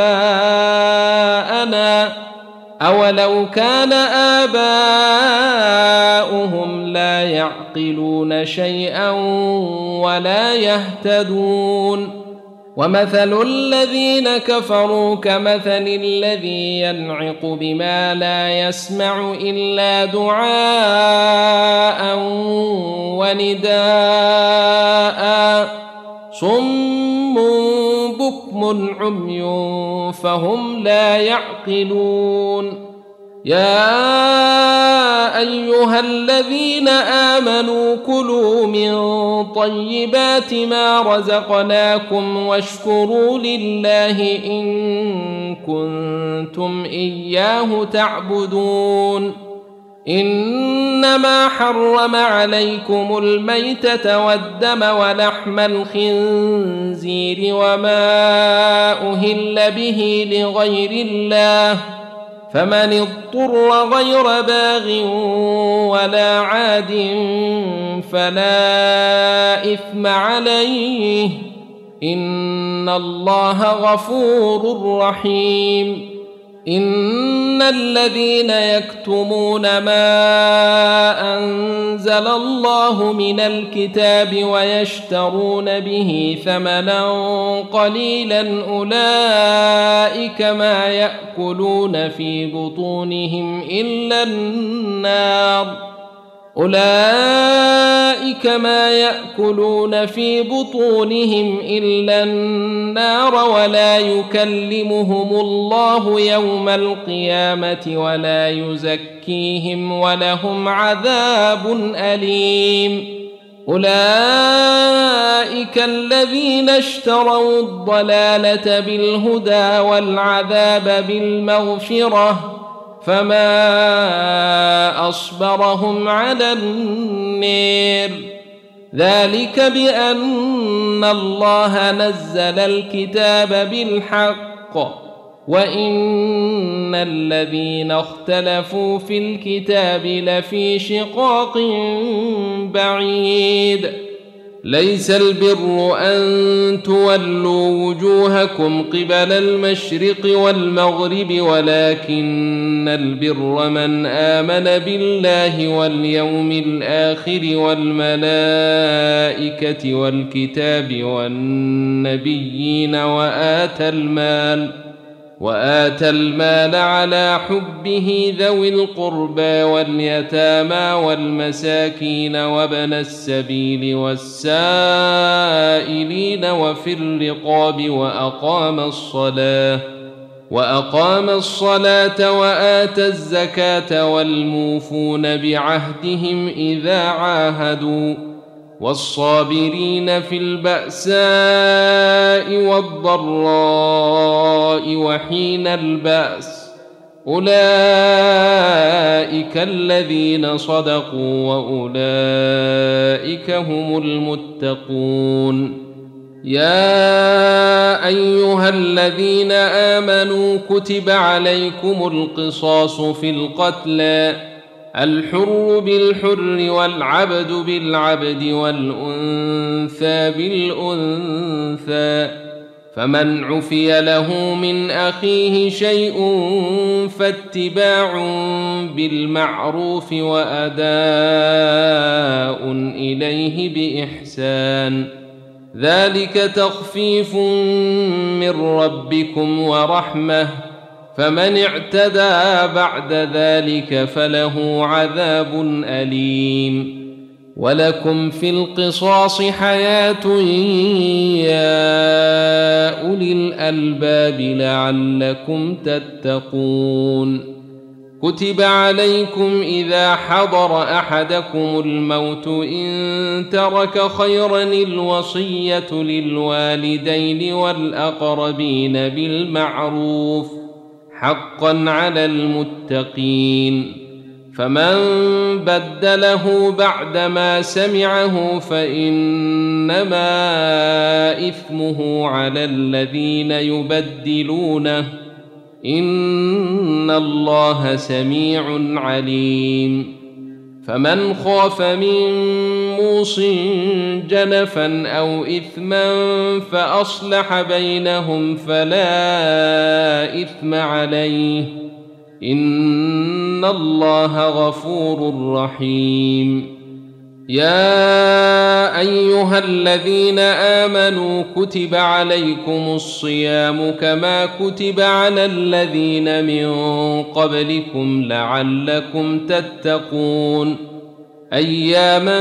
آباءنا أولو كان آباؤهم لا يعقلون شيئا ولا يهتدون ومثل الذين كفروا كمثل الذي ينعق بما لا يسمع إلا دعاء ونداء صم بكم عمي فهم لا يعقلون يا أيها الذين آمنوا كلوا من طيبات ما رزقناكم واشكروا لله إن كنتم إياه تعبدون إنما حرم عليكم الميتة والدم ولحم الخنزير وما أهل به لغير الله فمن اضطر غير باغ ولا عاد فلا إثم عليه إن الله غفور رحيم إن الذين يكتمون ما أنزل الله من الكتاب ويشترون به ثمنا قليلا أولئك ما يأكلون في بطونهم إلا النار أولئك ما يأكلون في بطونهم إلا النار ولا يكلمهم الله يوم القيامة ولا يزكيهم ولهم عذاب أليم أولئك الذين اشتروا الضلالة بالهدى والعذاب بالمغفرة فما أصبرهم على النار ذلك بأن الله نزل الكتاب بالحق وإن الذين اختلفوا في الكتاب لفي شقاق بعيد ليس البر أن تولوا وجوهكم قبل المشرق والمغرب ولكن البر من آمن بالله واليوم الآخر والملائكة والكتاب والنبيين وآتى المال وآتى المال على حبه ذوي القربى واليتامى والمساكين وابن السبيل والسائلين وفي الرقاب وأقام الصلاة وأقام الصلاة وآتى الزكاة والموفون بعهدهم إذا عاهدوا والصابرين في البأساء والضراء وحين البأس أولئك الذين صدقوا وأولئك هم المتقون. يا أيها الذين آمنوا كتب عليكم القصاص في القتلى الحر بالحر والعبد بالعبد والأنثى بالأنثى فمن عفي له من أخيه شيء فاتباع بالمعروف وأداء إليه بإحسان ذلك تخفيف من ربكم ورحمة فمن اعتدى بعد ذلك فله عذاب أليم. ولكم في القصاص حياة يا أولي الألباب لعلكم تتقون. كتب عليكم إذا حضر أحدكم الموت إن ترك خيرا الوصية للوالدين والأقربين بالمعروف حقا على المتقين فمن بدله بعدما سمعه فإنما إثمه على الذين يبدلونه إن الله سميع عليم. فمن خاف من موص جنفا أو إثما فأصلح بينهم فلا إثم عليه إن الله غفور رحيم. يا أيها الذين آمنوا كتب عليكم الصيام كما كتب على الذين من قبلكم لعلكم تتقون أياما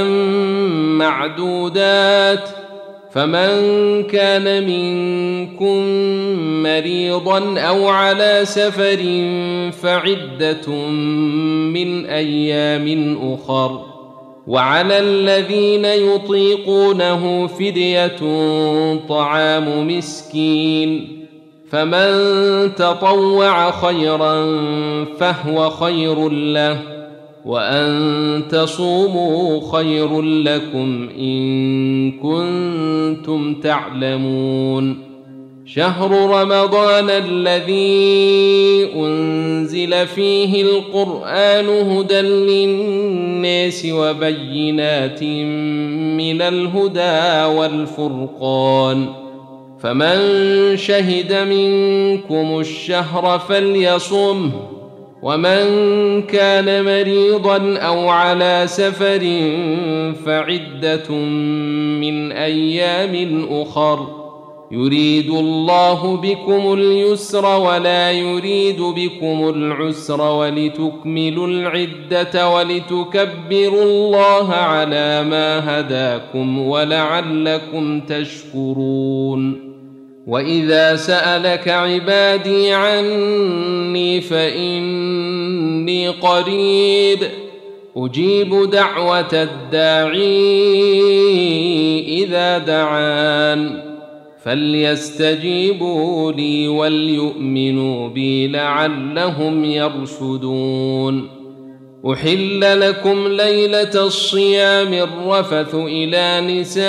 معدودات فمن كان منكم مريضا أو على سفر فعدة من أيام أخر وعلى الذين يطيقونه فدية طعام مسكين فمن تطوع خيرا فهو خير له وأن تصوموا خير لكم إن كنتم تعلمون. شهر رمضان الذي أنزل فيه القرآن هدى للناس وبينات من الهدى والفرقان فمن شهد منكم الشهر فليصمه ومن كان مريضا أو على سفر فعدة من أيام أخر يريد الله بكم اليسر ولا يريد بكم العسر ولتكملوا العدة ولتكبروا الله على ما هداكم ولعلكم تشكرون. وإذا سألك عبادي عني فإني قريب أجيب دعوة الداعي إذا دعان فليستجيبوا لي وليؤمنوا بي لعلهم يرشدون. أحل لكم ليلة الصيام الرفث إلى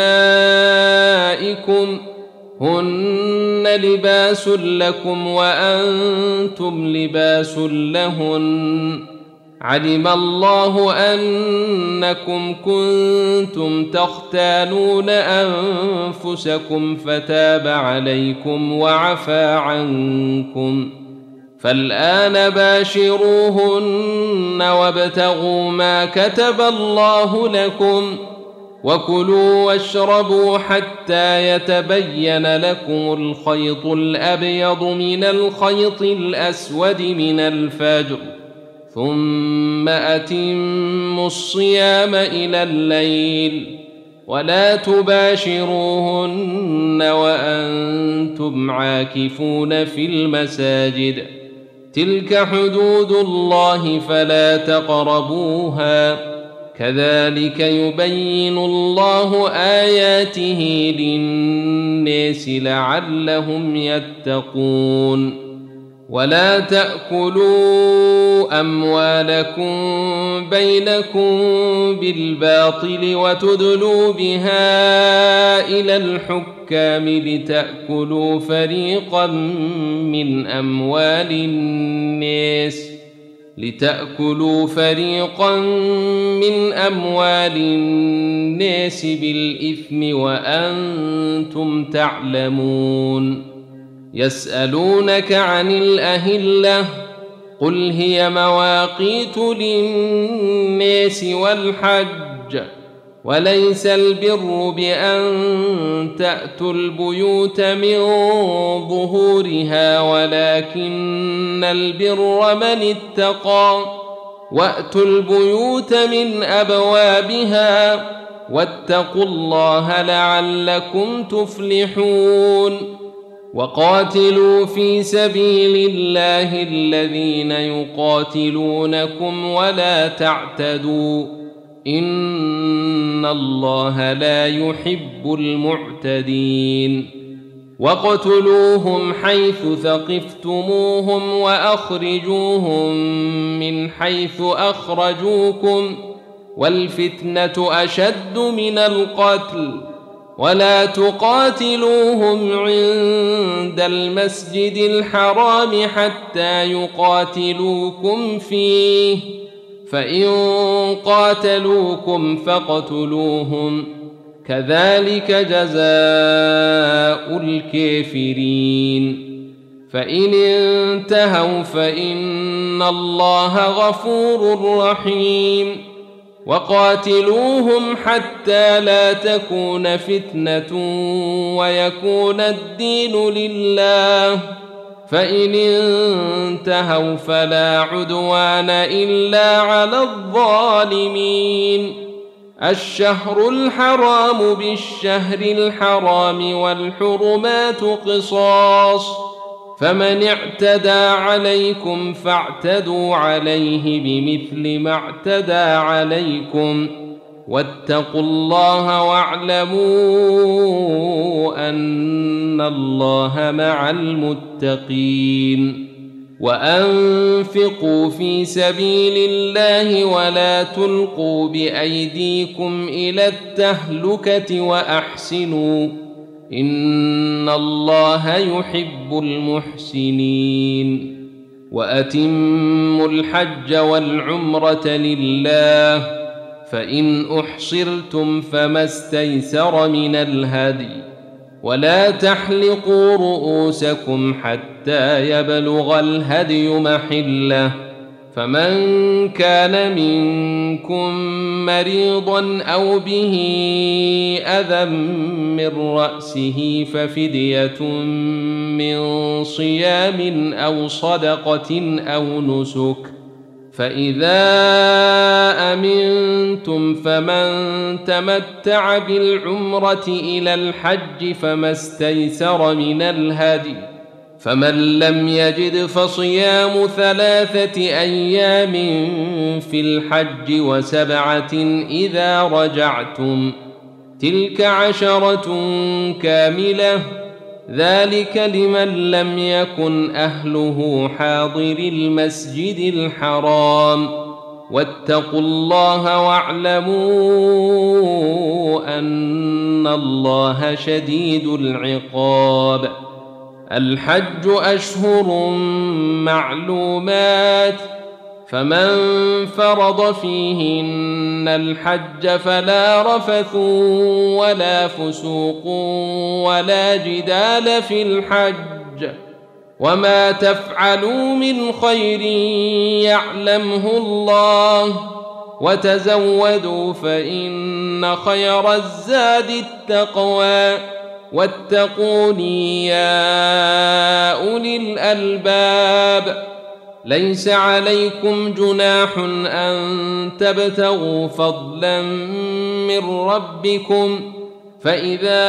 نسائكم هن لباس لكم وأنتم لباس لهن علم الله أنكم كنتم تختانون أنفسكم فتاب عليكم وعفى عنكم، فالآن باشروهن وابتغوا ما كتب الله لكم، وكلوا واشربوا حتى يتبين لكم الخيط الأبيض من الخيط الأسود من الفجر، ثم أتموا الصيام إلى الليل، ولا تباشروهن وأنتم عاكفون في المساجد، تلك حدود الله فلا تقربوها، كذلك يبين الله آياته للناس لعلهم يتقون. ولا تأكلوا أموالكم بينكم بالباطل وتدلوا بها إلى الحكام لتأكلوا فريقا من أموال الناس لتأكلوا فريقا من أموال الناس بالإثم وأنتم تعلمون. يسألونك عن الأهلة قل هي مواقيت للناس والحج، وليس البر بأن تأتوا البيوت من ظهورها ولكن البر من اتقى، وأتوا البيوت من أبوابها واتقوا الله لعلكم تفلحون. وقاتلوا في سبيل الله الذين يقاتلونكم ولا تعتدوا إن الله لا يحب المعتدين. وقتلوهم حيث ثقفتموهم وأخرجوهم من حيث أخرجوكم، والفتنة أشد من القتل، ولا تقاتلوهم عند المسجد الحرام حتى يقاتلوكم فيه، فإن قاتلوكم فاقتلوهم، كذلك جزاء الكافرين. فإن انتهوا فإن الله غفور رحيم. وقاتلوهم حتى لا تكون فتنة ويكون الدين لله، فإن انتهوا فلا عدوان إلا على الظالمين. الشهر الحرام بالشهر الحرام والحرمات قصاص، فمن اعتدى عليكم فاعتدوا عليه بمثل ما اعتدى عليكم، واتقوا الله واعلموا أن الله مع المتقين. وأنفقوا في سبيل الله ولا تلقوا بأيديكم إلى التهلكة وأحسنوا إن الله يحب المحسنين. وأتموا الحج والعمرة لله، فإن أحصرتم فما استيسر من الهدي، ولا تحلقوا رؤوسكم حتى يبلغ الهدي محله، فمن كان منكم مريضا أو به أذى من رأسه ففدية من صيام أو صدقة أو نسك، فإذا أمنتم فمن تمتع بالعمرة إلى الحج فما استيسر من الهدي، فمن لم يجد فصيام ثلاثة أيام في الحج وسبعة إذا رجعتم، تلك عشرة كاملة، ذلك لمن لم يكن أهله حاضر المسجد الحرام. واتقوا الله واعلموا أن الله شديد العقاب. الحج أشهر معلومات، فمن فرض فيهن الحج فلا رفث ولا فسوق ولا جدال في الحج، وما تفعلوا من خير يعلمه الله، وتزودوا فإن خير الزاد التقوى، واتقوني يا أولي الألباب. ليس عليكم جناح أن تبتغوا فضلا من ربكم، فإذا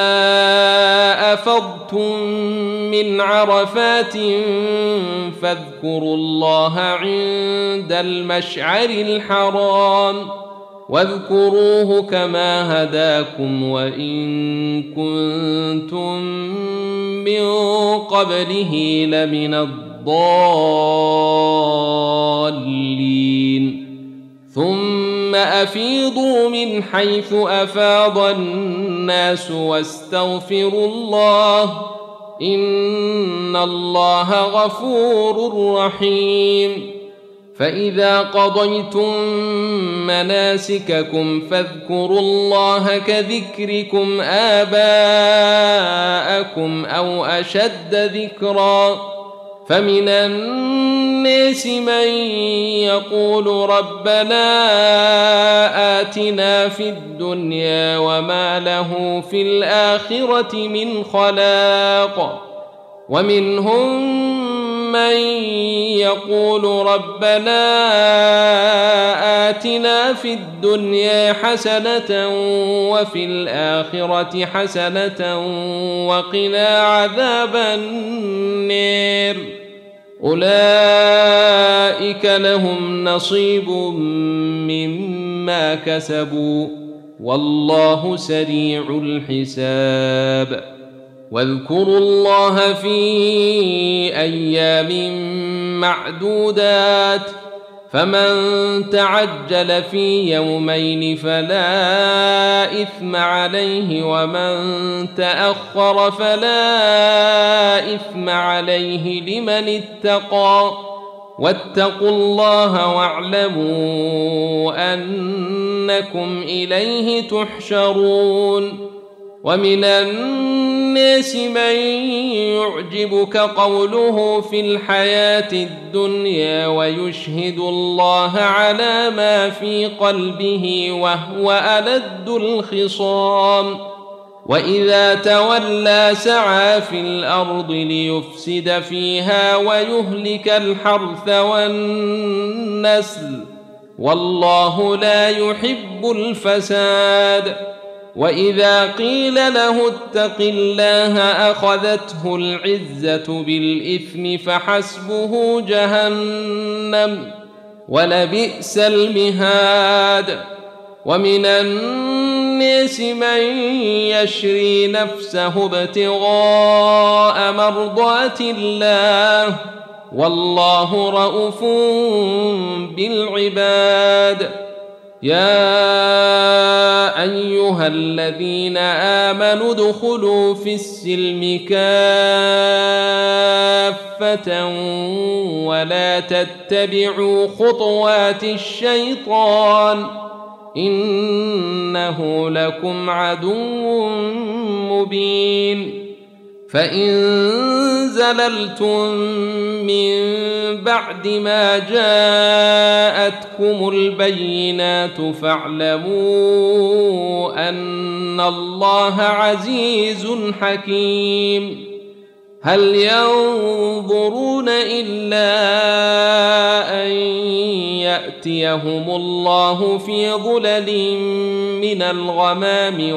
أفضتم من عرفات فاذكروا الله عند المشعر الحرام، واذكروه كما هداكم وإن كنتم من قبله لمن الضالين. ثم أفيضوا من حيث أفاض الناس واستغفروا الله، إن الله غفور رحيم. فإذا قضيتم مناسككم فاذكروا الله كذكركم آباءكم أو أشد ذكرا. فمن الناس من يقول ربنا آتنا في الدنيا وما له في الآخرة من خلاق، ومنهم من يقول ربنا آتنا في الدنيا حسنة وفي الآخرة حسنة وقنا عذاب النار. أولئك لهم نصيب مما كسبوا والله سريع الحساب. واذكروا الله في أيام معدودات، فمن تعجل في يومين فلا إثم عليه، ومن تأخر فلا إثم عليه لمن اتقى. واتقوا الله واعلموا أنكم إليه تحشرون. ومن الناس من يعجبك قوله في الحياة الدنيا ويشهد الله على ما في قلبه وهو ألد الخصام، وإذا تولى سعى في الأرض ليفسد فيها ويهلك الحرث والنسل، والله لا يحب الفساد. وإذا قيل له اتق الله أخذته العزة بالإثم فحسبه جهنم ولبئس المهاد. ومن الناس من يشري نفسه ابتغاء مرضات الله، والله رؤوف بالعباد. يا أيها الذين آمنوا ادخلوا في السلم كافة ولا تتبعوا خطوات الشيطان، إنه لكم عدو مبين. فإن زللتم من بعد ما جاءتكم البينات فاعلموا أن الله عزيز حكيم. هل ينظرون إلا أن يأتيهم الله في ظلل من الغمام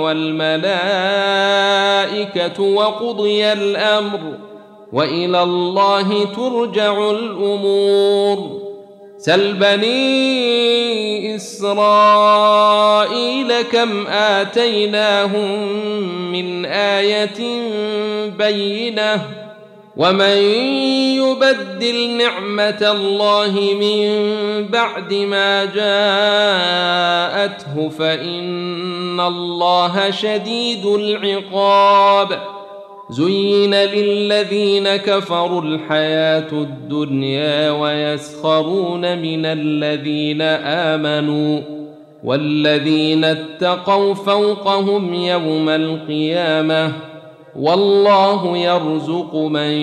والملائكة وقضي الأمر وإلى الله ترجع الأمور. سل بني إسرائيل كم آتيناهم من آية بينة، ومن يبدل نعمة الله من بعد ما جاءته فإن الله شديد العقاب. زين للذين كفروا الحياة الدنيا ويسخرون من الذين آمنوا والذين اتقوا فوقهم يوم القيامة والله يرزق من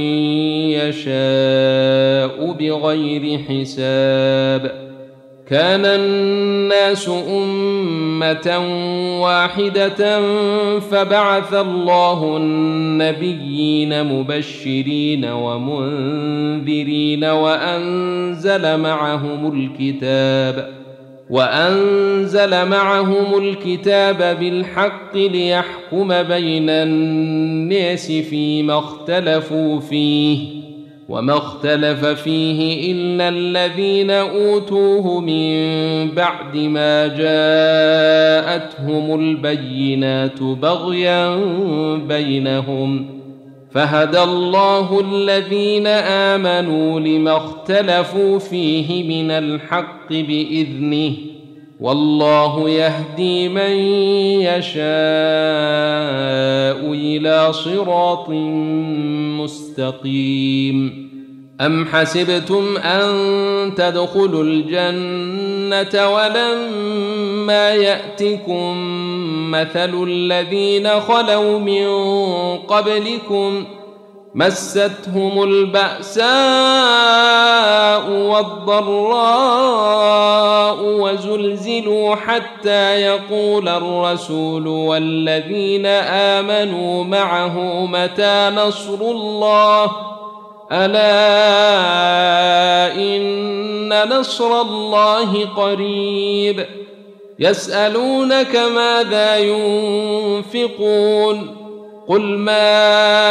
يشاء بغير حساب. كان الناس أمة واحدة فبعث الله النبيين مبشرين ومنذرين وأنزل معهم الكتاب وأنزل معهم الكتاب بالحق ليحكم بين الناس فيما اختلفوا فيه وما اختلف فيه إلا الذين أوتوه من بعد ما جاءتهم البينات بغيا بينهم فهدى الله الذين آمنوا لما اختلفوا فيه من الحق بإذنه والله يهدي من يشاء إلى صراط مستقيم. أم حسبتم أن تدخلوا الجنة ولما يأتكم مثل الذين خلوا من قبلكم مستهم البأساء والضراء وزلزلوا حتى يقول الرسول والذين آمنوا معه متى نصر الله ألا إن نصر الله قريب. يسألونك ماذا ينفقون قل ما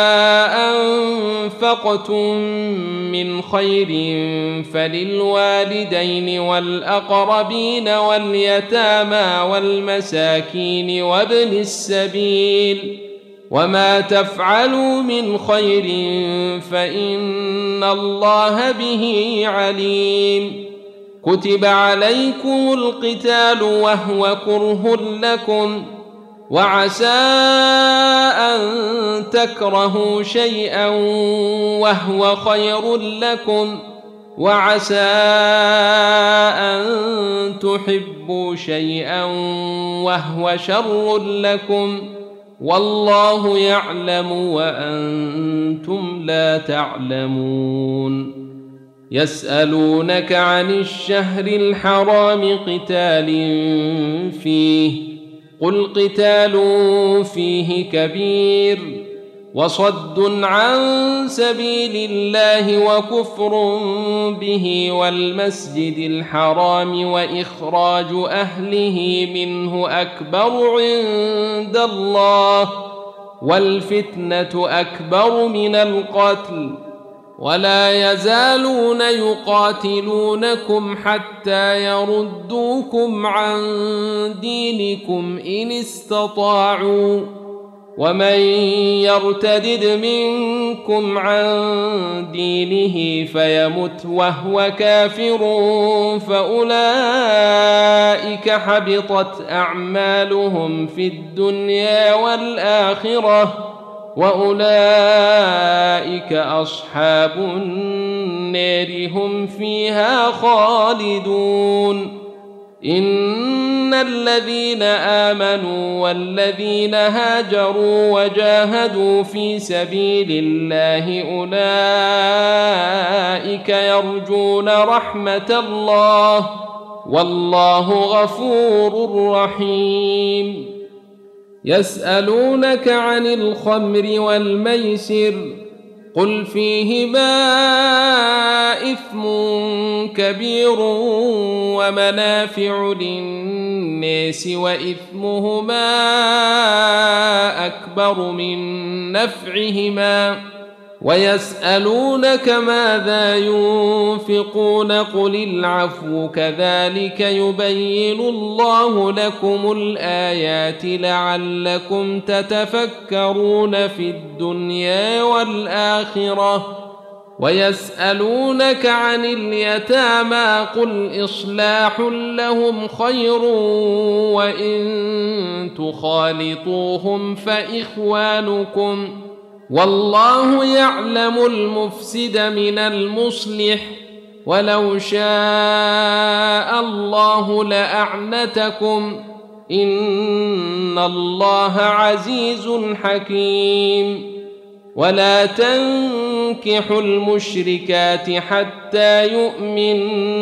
أنفقتم من خير فللوالدين والأقربين واليتامى والمساكين وابن السبيل وما تفعلوا من خير فإن الله به عليم. كتب عليكم القتال وهو كره لكم وعسى أن تكرهوا شيئا وهو خير لكم وعسى أن تحبوا شيئا وهو شر لكم والله يعلم وأنتم لا تعلمون. يسألونك عن الشهر الحرام قتال فيه قل قتال فيه كبير وصد عن سبيل الله وكفر به والمسجد الحرام وإخراج أهله منه أكبر عند الله والفتنة أكبر من القتل ولا يزالون يقاتلونكم حتى يردوكم عن دينكم إن استطاعوا ومن يرتدد منكم عن دينه فيمت وهو كافر فأولئك حبطت أعمالهم في الدنيا والآخرة وأولئك أصحاب النار هم فيها خالدون. إن الذين آمنوا والذين هاجروا وجاهدوا في سبيل الله أولئك يرجون رحمة الله والله غفور رحيم. يسألونك عن الخمر والميسر قل فيهما إثم كبير ومنافع للناس وإثمهما أكبر من نفعهما ويسألونك ماذا ينفقون قل العفو كذلك يبين الله لكم الآيات لعلكم تتفكرون في الدنيا والآخرة. ويسألونك عن اليتامى قل إصلاح لهم خير وإن تخالطوهم فإخوانكم والله يعلم المفسد من المصلح ولو شاء الله لأعنتكم إن الله عزيز حكيم ولا تنكحوا المشركات حتى يؤمن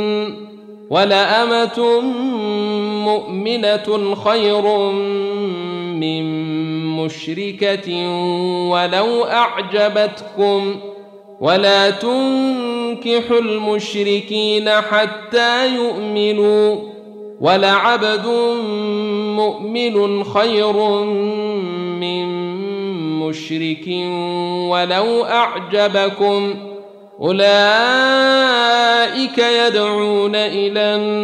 ولأمة مؤمنة خير من مشركة ولو أعجبتكم ولا تنكحوا المشركين حتى يؤمنوا ولعبد مؤمن خير من مشرك ولو أعجبكم أولئك يدعون إلى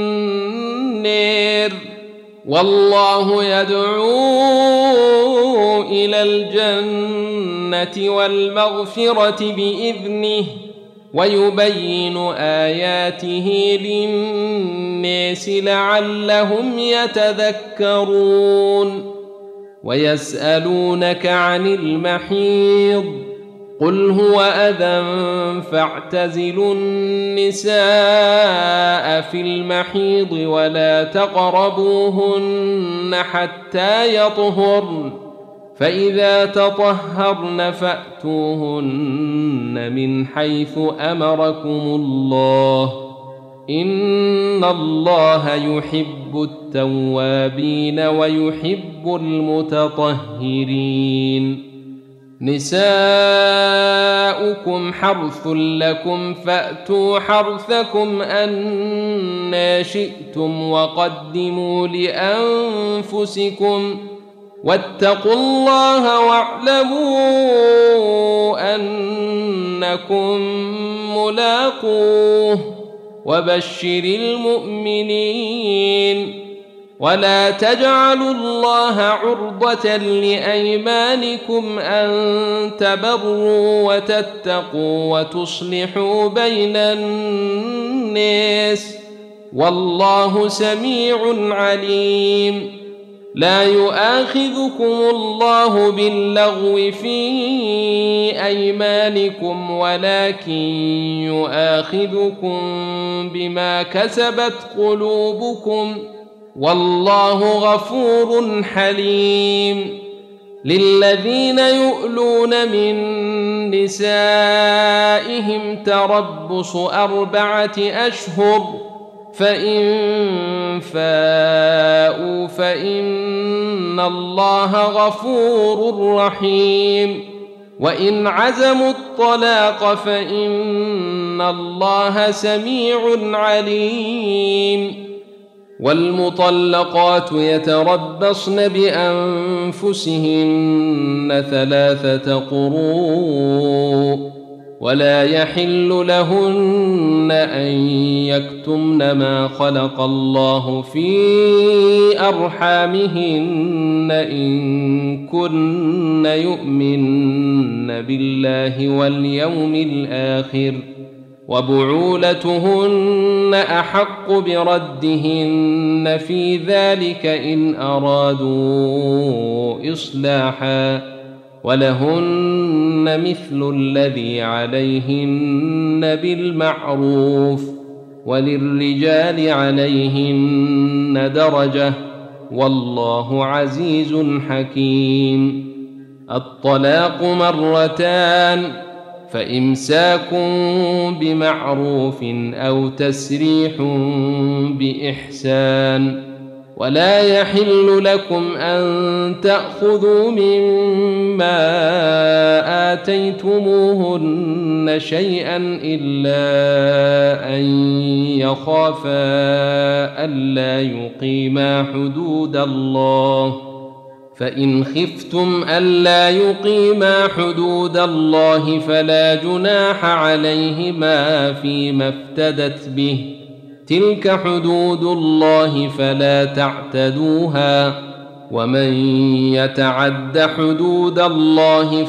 النار والله يدعو إلى الجنة والمغفرة بإذنه ويبين آياته للناس لعلهم يتذكرون ويسألونك عن المحيض قل هو أذى فاعتزلوا النساء في المحيض ولا تقربوهن حتى يطهرن فإذا تطهرن فأتوهن من حيث أمركم الله إن الله يحب التوابين ويحب المتطهرين نساؤكم حرث لكم فأتوا حرثكم أنى شئتم وقدموا لأنفسكم واتقوا الله واعلموا أنكم ملاقوه وبشر المؤمنين ولا تجعلوا الله عرضة لأيمانكم أن تبروا وتتقوا وتصلحوا بين الناس والله سميع عليم لا يؤاخذكم الله باللغو في أيمانكم ولكن يؤاخذكم بما كسبت قلوبكم والله غفور حليم للذين يؤلون من نسائهم تربص أربعة أشهر فإن فاءوا فإن الله غفور رحيم وإن عزموا الطلاق فإن الله سميع عليم والمطلقات يتربصن بأنفسهن ثلاثة قروء ولا يحل لهن أن يكتمن ما خلق الله في أرحامهن إن كن يؤمن بالله واليوم الآخر وبعولتهن أحق بردهن في ذلك إن أرادوا إصلاحا ولهن مثل الذي عليهن بالمعروف وللرجال عليهن درجة والله عزيز حكيم الطلاق مرتان فإمساك بمعروف أو تسريح بإحسان ولا يحل لكم أن تأخذوا مما آتيتموهن شيئا إلا أن يخافا ألا يقيما حدود الله فإن خفتم ألا يقيما حدود الله فلا جناح عليهما فيما افتدت به تلك حدود الله فلا تعتدوها ومن يتعد حدود الله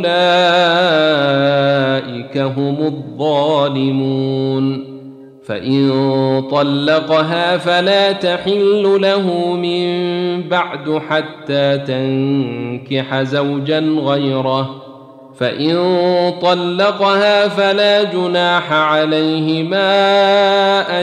فأولئك هم الظالمون فإن طلقها فلا تحل له من بعد حتى تنكح زوجا غيره فإن طلقها فلا جناح عليهما أن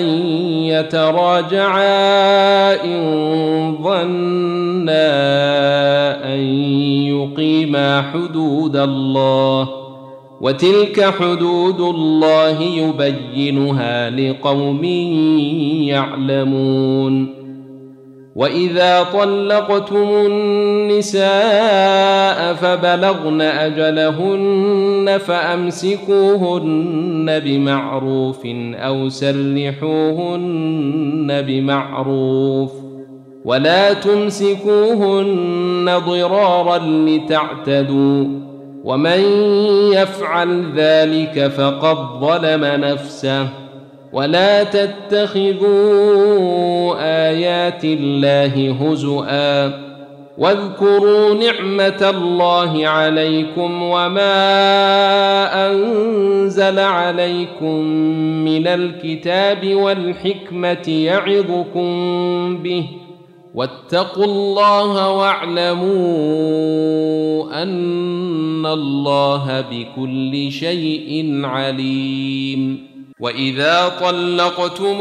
يتراجعا إن ظنا أن يقيما حدود الله، وتلك حدود الله يبينها لقوم يعلمون. وإذا طلقتم النساء فبلغن أجلهن فأمسكوهن بمعروف أو سرحوهن بمعروف، ولا تمسكوهن ضرارا لتعتدوا، ومن يفعل ذلك فقد ظلم نفسه. ولا تتخذوا آيات الله هزؤا، واذكروا نعمة الله عليكم وما أنزل عليكم من الكتاب والحكمة يعظكم به، واتقوا الله واعلموا أن الله بكل شيء عليم. وإذا طلقتم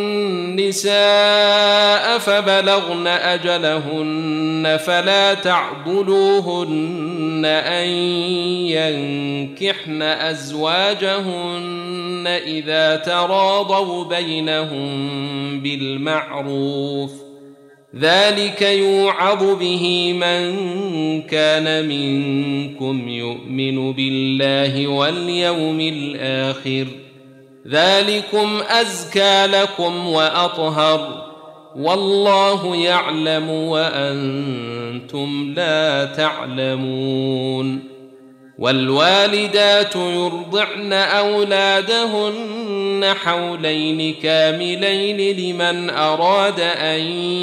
النساء فبلغن أجلهن فلا تعضلوهن أن ينكحن أزواجهن إذا تراضوا بينهم بالمعروف، ذلك يوعظ به من كان منكم يؤمن بالله واليوم الآخر، ذلكم أزكى لكم وأطهر، والله يعلم وأنتم لا تعلمون. والوالدات يرضعن أولادهن حولين كاملين لمن أراد أن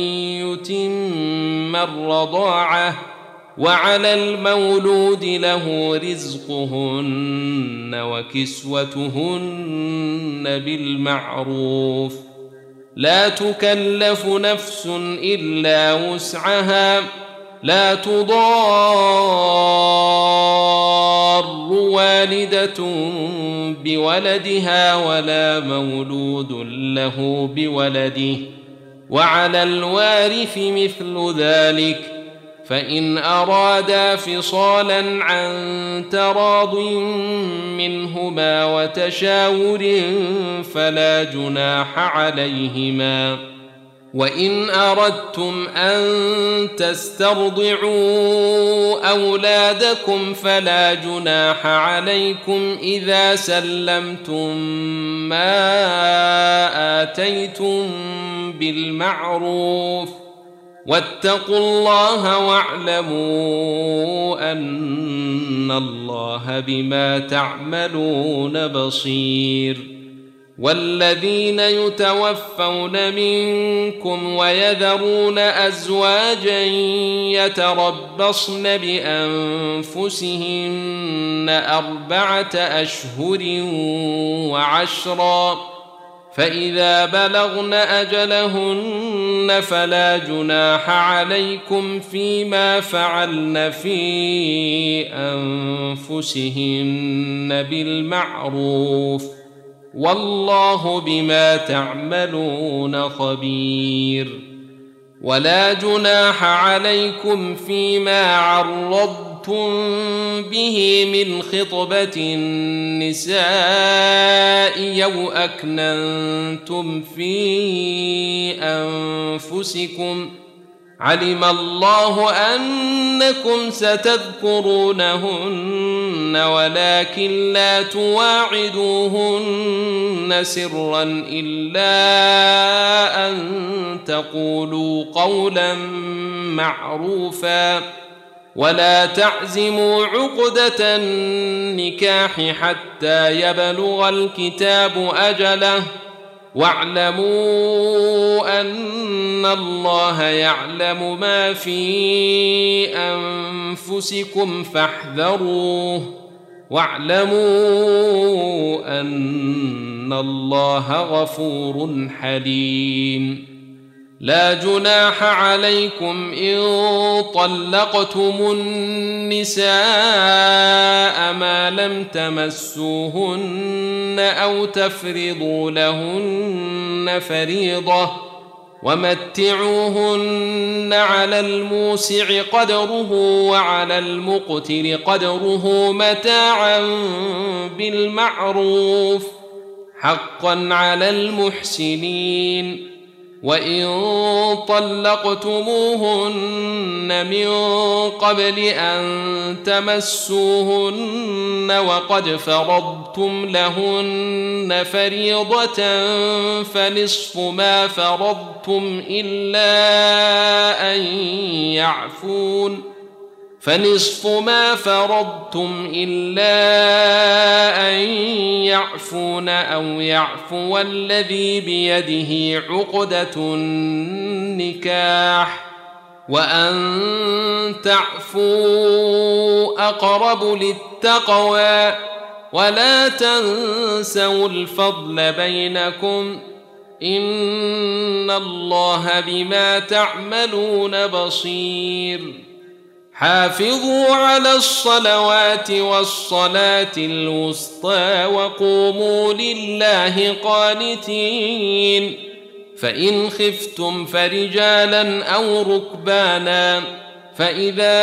يتم الرضاعة، وعلى المولود له رزقهن وكسوتهن بالمعروف، لا تكلف نفس إلا وسعها، لا تضار والدة بولدها ولا مولود له بولده، وعلى الوارث مثل ذلك، فإن أرادا فصالا عن تراض منهما وتشاور فلا جناح عليهما. وإن أردتم أن تسترضعوا أولادكم فلا جناح عليكم إذا سلمتم ما آتيتم بالمعروف، واتقوا الله واعلموا أن الله بما تعملون بصير. والذين يتوفون منكم ويذرون أزواجا يتربصن بأنفسهن أربعة أشهر وعشرا، فإذا بلغن أجلهن فلا جناح عليكم فيما فعلن في أنفسهن بالمعروف، والله بما تعملون خبير. ولا جناح عليكم فيما عرضتم به من خطبة النساء أو أكننتم في أنفسكم، علم الله أنكم ستذكرونهن ولكن لا تواعدوهن سرا إلا أن تقولوا قولا معروفا، ولا تعزموا عقدة النكاح حتى يبلغ الكتاب أجله، واعلموا أن الله يعلم ما في أنفسكم فاحذروه، واعلموا أن الله غفور حليم. لا جناح عليكم إن طلقتم النساء ما لم تمسوهن أو تفرضوا لهن فريضة ومتعوهن على الموسع قدره وعلى المقتر قدره متاعا بالمعروف حقا على المحسنين. وإن طلقتموهن من قبل أن تمسوهن وقد فرضتم لهن فريضة فنصف ما فرضتم إلا أن يعفون فنصف ما فرضتم إلا أن يعفون أو يعفو الذي بيده عقدة النكاح وأن تعفوا أقرب للتقوى ولا تنسوا الفضل بينكم إن الله بما تعملون بصير. حافظوا على الصلوات والصلاة الوسطى وقوموا لله قانتين. فإن خفتم فرجالا أو ركبانا فإذا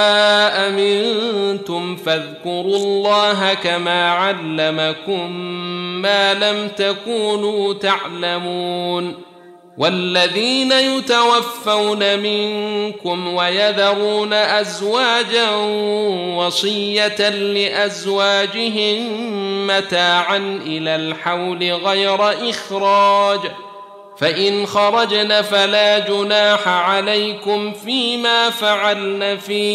أمنتم فاذكروا الله كما علمكم ما لم تكونوا تعلمون. والذين يتوفون منكم ويذرون أزواجا وصية لأزواجهم متاعا إلى الحول غير إخراج فإن خرجن فلا جناح عليكم فيما فعلن في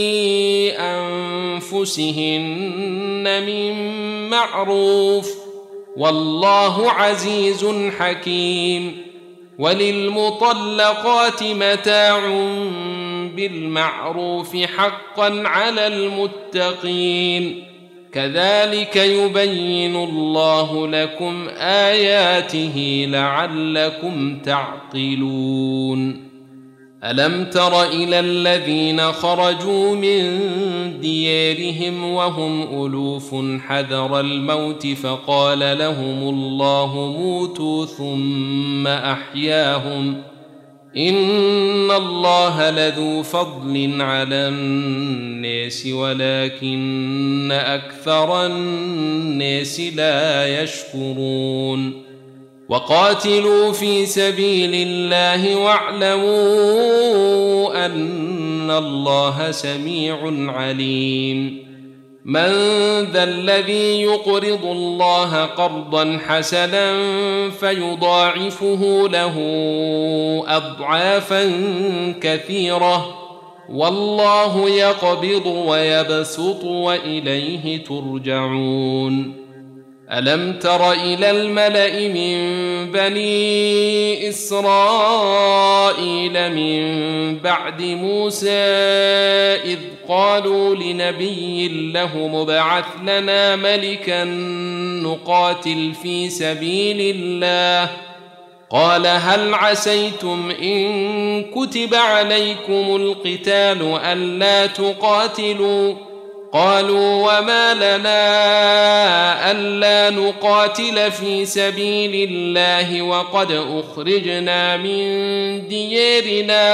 أنفسهن من معروف والله عزيز حكيم. وللمطلقات متاع بالمعروف حقا على المتقين كذلك يبين الله لكم آياته لعلكم تعقلون. ألم تر إلى الذين خرجوا من ديارهم وهم ألوف حذر الموت فقال لهم الله موتوا ثم أحياهم إن الله لذو فضل على الناس ولكن أكثر الناس لا يشكرون. وقاتلوا في سبيل الله واعلموا أن الله سميع عليم. من ذا الذي يقرض الله قرضا حسنا فيضاعفه له أضعافا كثيرة والله يقبض ويبسط وإليه ترجعون. ألم تر إلى الملأ من بني إسرائيل من بعد موسى إذ قالوا لنبي له مبعث لنا ملكا نقاتل في سبيل الله قال هل عسيتم إن كتب عليكم القتال ألا تقاتلوا قالوا وما لنا ألا نقاتل في سبيل الله وقد أخرجنا من ديارنا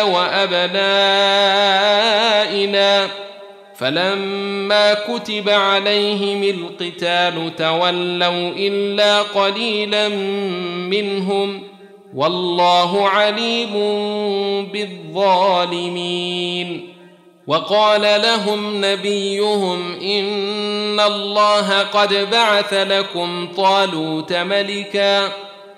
وأبنائنا فلما كتب عليهم القتال تولوا إلا قليلا منهم والله عليم بالظالمين. وقال لهم نبيهم إن الله قد بعث لكم طالوت ملكا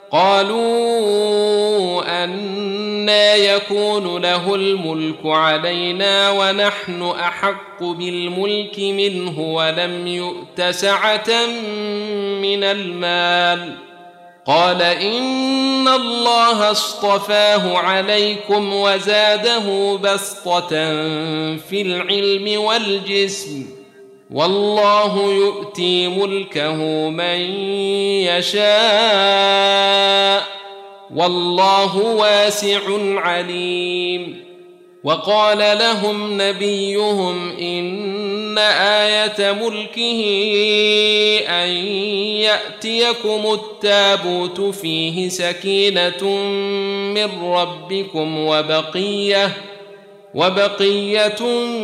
قالوا أنى يكون له الملك علينا ونحن أحق بالملك منه ولم يؤت سعة من المال قال إن الله اصطفاه عليكم وزاده بسطة في العلم والجسم والله يؤتي ملكه من يشاء والله واسع عليم. وقال لهم نبيهم إن آية ملكه أن يأتيكم التابوت فيه سكينة من ربكم وبقية وبقية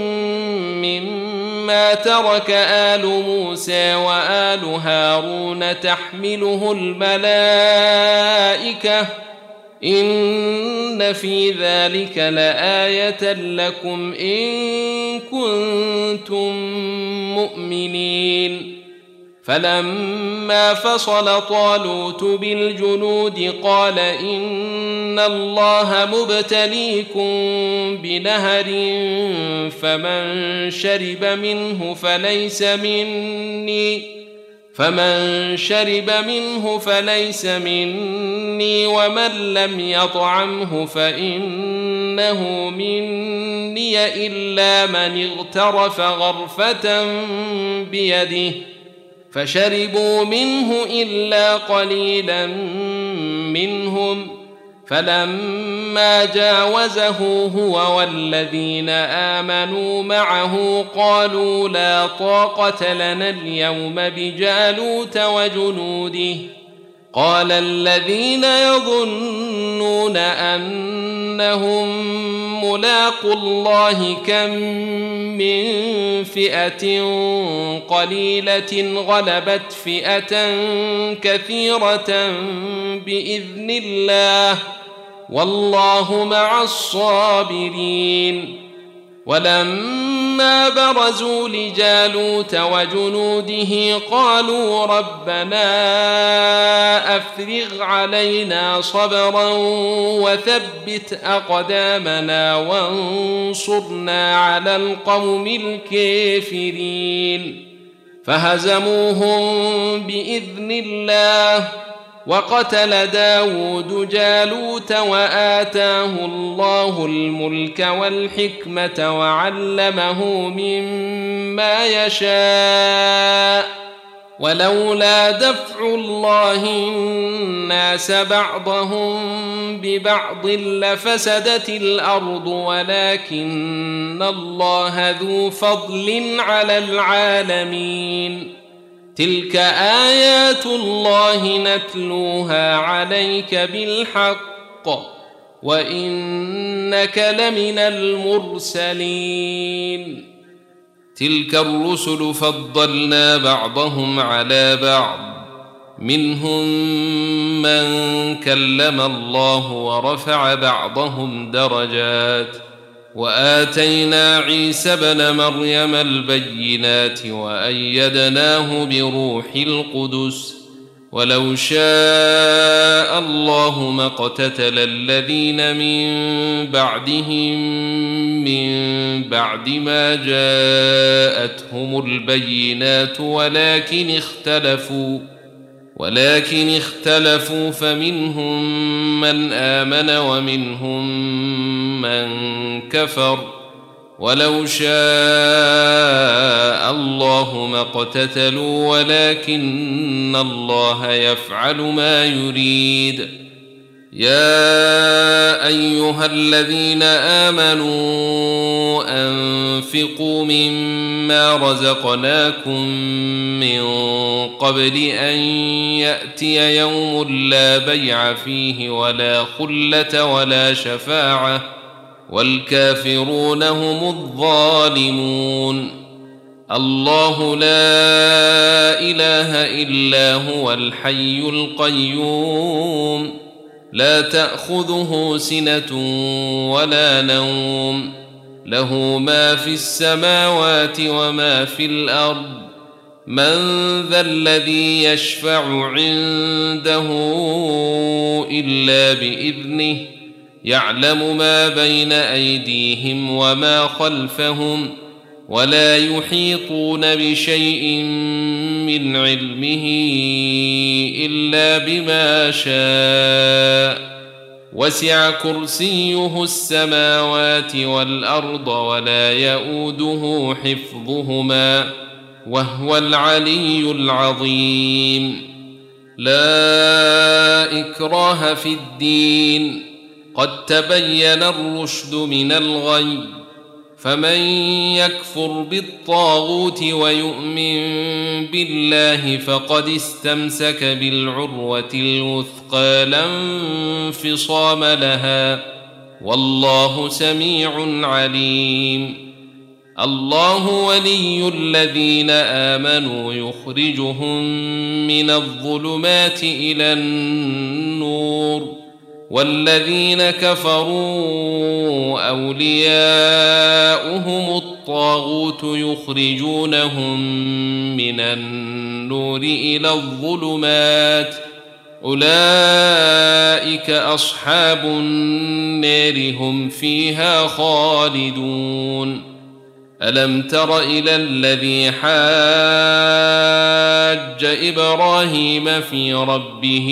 مما ترك آل موسى وآل هارون تحمله الملائكة إن في ذلك لآية لكم إن كنتم مؤمنين. فلما فصل طالوت بالجنود قال إن الله مبتليكم بنهر فمن شرب منه فليس مني فمن شرب منه فليس مني ومن لم يطعمه فإنه مني إلا من اغترف غرفة بيده فشربوا منه إلا قليلا منهم. فلما جاوزه هو والذين آمنوا معه قالوا لا طاقة لنا اليوم بجالوت وجنوده. قال الذين يظنون أنهم ملاقوا الله كم من فئة قليلة غلبت فئة كثيرة بإذن الله والله مع الصابرين. ولما برزوا لجالوت وجنوده قالوا ربنا أفرغ علينا صبرا وثبت أقدامنا وانصرنا على القوم الكافرين. فهزموهم بإذن الله وقتل داود جالوت وآتاه الله الملك والحكمة وعلمه مما يشاء ولولا دفع الله الناس بعضهم ببعض لفسدت الأرض ولكن الله ذو فضل على العالمين. تلك آيات الله نتلوها عليك بالحق وإنك لمن المرسلين. تلك الرسل فضلنا بعضهم على بعض منهم من كلم الله ورفع بعضهم درجات وآتينا عيسى ابن مريم البينات وأيدناه بروح القدس ولو شاء الله ما اقتتل الذين من بعدهم من بعد ما جاءتهم البينات ولكن اختلفوا ولكن اختلفوا فمنهم من آمن ومنهم من كفر ولو شاء الله ما اقتتلوا ولكن الله يفعل ما يريد. يا أيها الذين آمنوا أنفقوا مما رزقناكم من قبل أن يأتي يوم لا بيع فيه ولا خلة ولا شفاعة والكافرون هم الظالمون. الله لا إله إلا هو الحي القيوم لا تأخذه سنة ولا نوم له ما في السماوات وما في الأرض من ذا الذي يشفع عنده إلا بإذنه يعلم ما بين أيديهم وما خلفهم ولا يحيطون بشيء من علمه إلا بما شاء وسع كرسيه السماوات والأرض ولا يؤوده حفظهما وهو العلي العظيم. لا إكراه في الدين قد تبين الرشد من الغي فمن يكفر بالطاغوت ويؤمن بالله فقد استمسك بالعروة الوثقى لا انفصام لها والله سميع عليم. الله ولي الذين آمنوا يخرجهم من الظلمات إلى النور والذين كفروا أولياؤهم الطاغوت يخرجونهم من النور إلى الظلمات أولئك أصحاب النار هم فيها خالدون. ألم تر إلى الذي حاج إبراهيم في ربه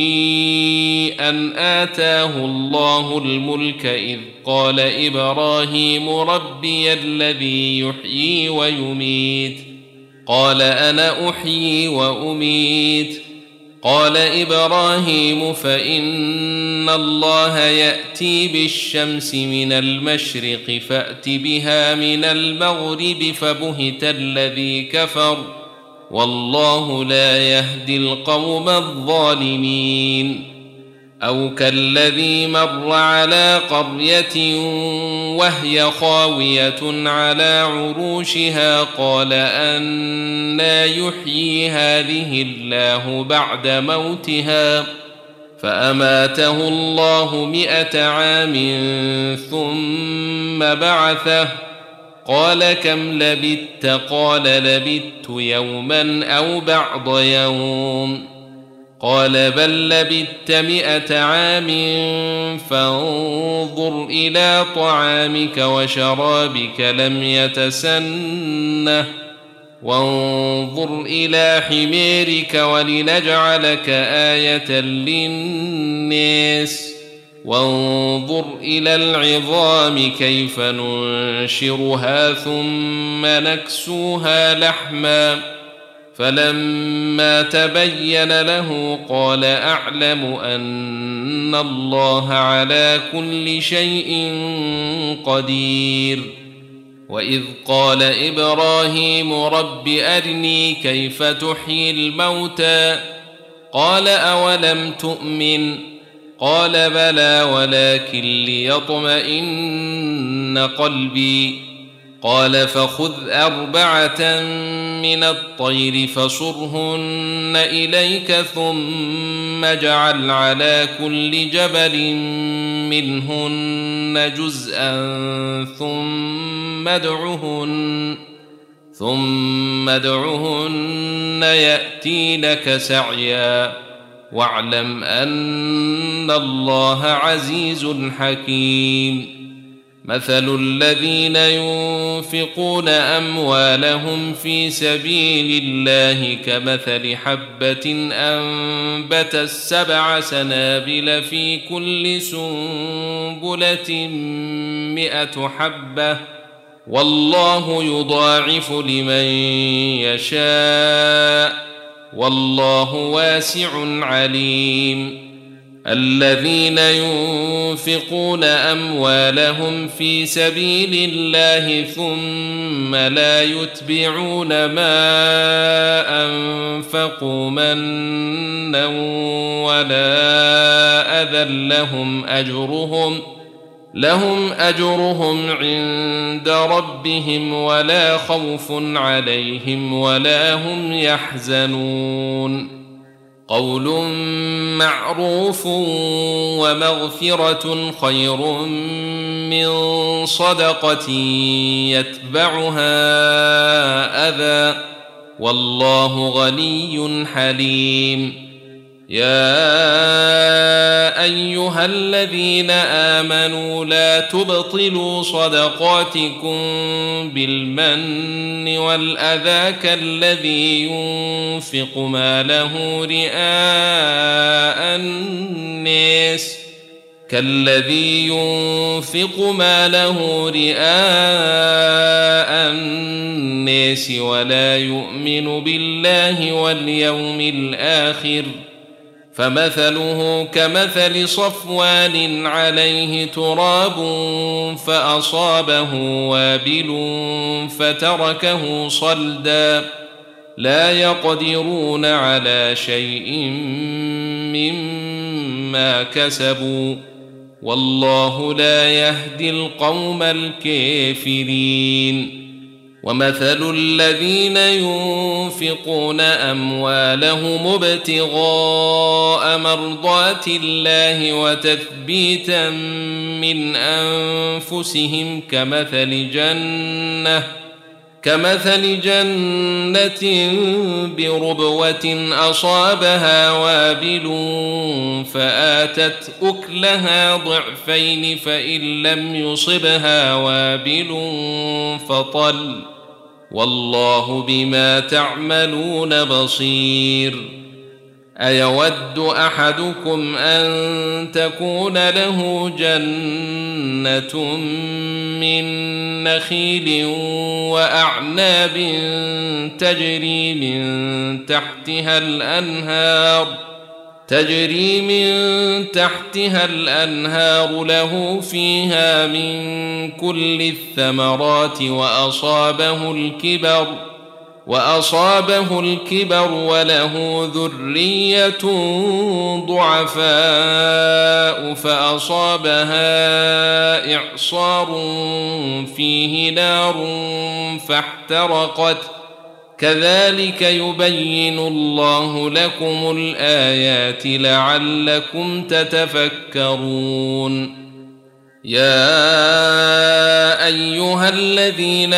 أن آتاه الله الملك إذ قال إبراهيم ربي الذي يحيي ويميت قال أنا أحيي وأميت قال إبراهيم فإن الله يأتي بالشمس من المشرق فأت بها من المغرب فبهت الذي كفر والله لا يهدي القوم الظالمين. أو كالذي مر على قرية وهي خاوية على عروشها قال أنى يحيي هذه الله بعد موتها فأماته الله مئة عام ثم بعثه قال كم لبثت قال لبثت يوما أو بعض يوم قال بل لبثت مئة عام فانظر إلى طعامك وشرابك لم يتسنه وانظر إلى حميرك ولنجعلك آية للناس وانظر إلى العظام كيف ننشرها ثم نكسوها لحما فلما تبين له قال أعلم أن الله على كل شيء قدير. وإذ قال إبراهيم رب أرني كيف تحيي الموتى قال أولم تؤمن قال بلى ولكن ليطمئن قلبي قال فخذ أربعة من الطير فصرهن إليك ثم اجعل على كل جبل منهن جزءا ثم ادعهن ثم ادعهن يأتينك سعيا واعلم أن الله عزيز حكيم. مثل الذين ينفقون أموالهم في سبيل الله كمثل حبة أنبتت سبع سنابل في كل سنبلة مئة حبة والله يضاعف لمن يشاء والله واسع عليم. الذين ينفقون أموالهم في سبيل الله ثم لا يتبعون ما أنفقوا منا ولا أذى لهم أجرهم لهم أجرهم عند ربهم ولا خوف عليهم ولا هم يحزنون. قول معروف ومغفرة خير من صدقة يتبعها أذى والله غني حليم. يا أيها الذين آمنوا لا تبطلوا صدقاتكم بالمن والأذى كالذي ينفق ماله رئاء الناس كالذي ينفق ماله رئاء الناس ولا يؤمن بالله واليوم الآخر فمثله كمثل صفوان عليه تراب فأصابه وابل فتركه صلدا لا يقدرون على شيء مما كسبوا والله لا يهدي القوم الكافرين. ومثل الذين ينفقون أموالهم ابتغاء مرضات الله وتثبيتا من أنفسهم كمثل جنة كمثل جنة بربوة أصابها وابل فآتت أكلها ضعفين فإن لم يصبها وابل فطل والله بما تعملون بصير. أيود أحدكم أن تكون له جنة من نخيل وأعناب تجري من تحتها الأنهار تجري من تحتها الأنهار له فيها من كل الثمرات وأصابه الكبر وأصابه الكبر وله ذرية ضعفاء فأصابها إعصار فيه نار فاحترقت كذلك يبين الله لكم الآيات لعلكم تتفكرون. يا أيها الذين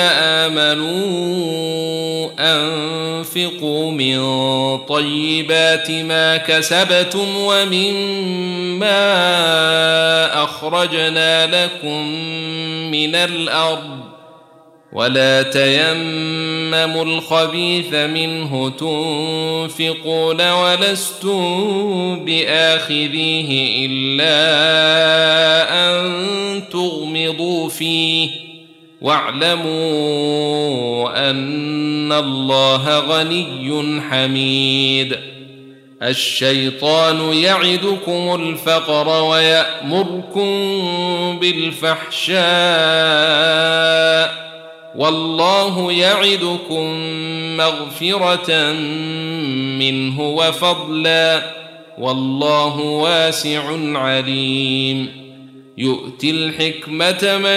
آمنوا أنفقوا من طيبات ما كسبتم ومما أخرجنا لكم من الأرض ولا تيمموا الخبيث منه تنفقون ولستم بآخذيه إلا أن تغمضوا فيه واعلموا أن الله غني حميد. الشيطان يعدكم الفقر ويأمركم بالفحشاء والله يعدكم مغفرة منه وفضلا والله واسع عليم. يؤتي الحكمة من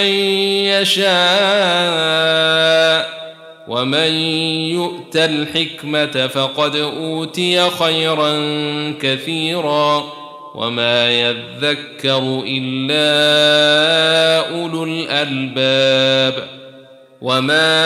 يشاء ومن يؤت الحكمة فقد أوتي خيرا كثيرا وما يذكر إلا أولو الألباب. وما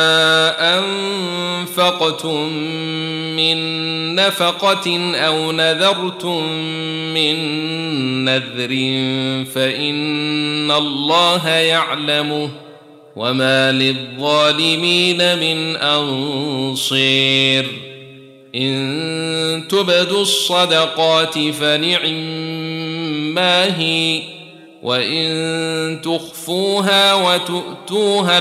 أنفقتم من نفقة أو نذرتم من نذر فإن الله يعلمه وما للظالمين من أنصير. إن تبدوا الصدقات فنعما هي وإن تخفوها وتؤتوها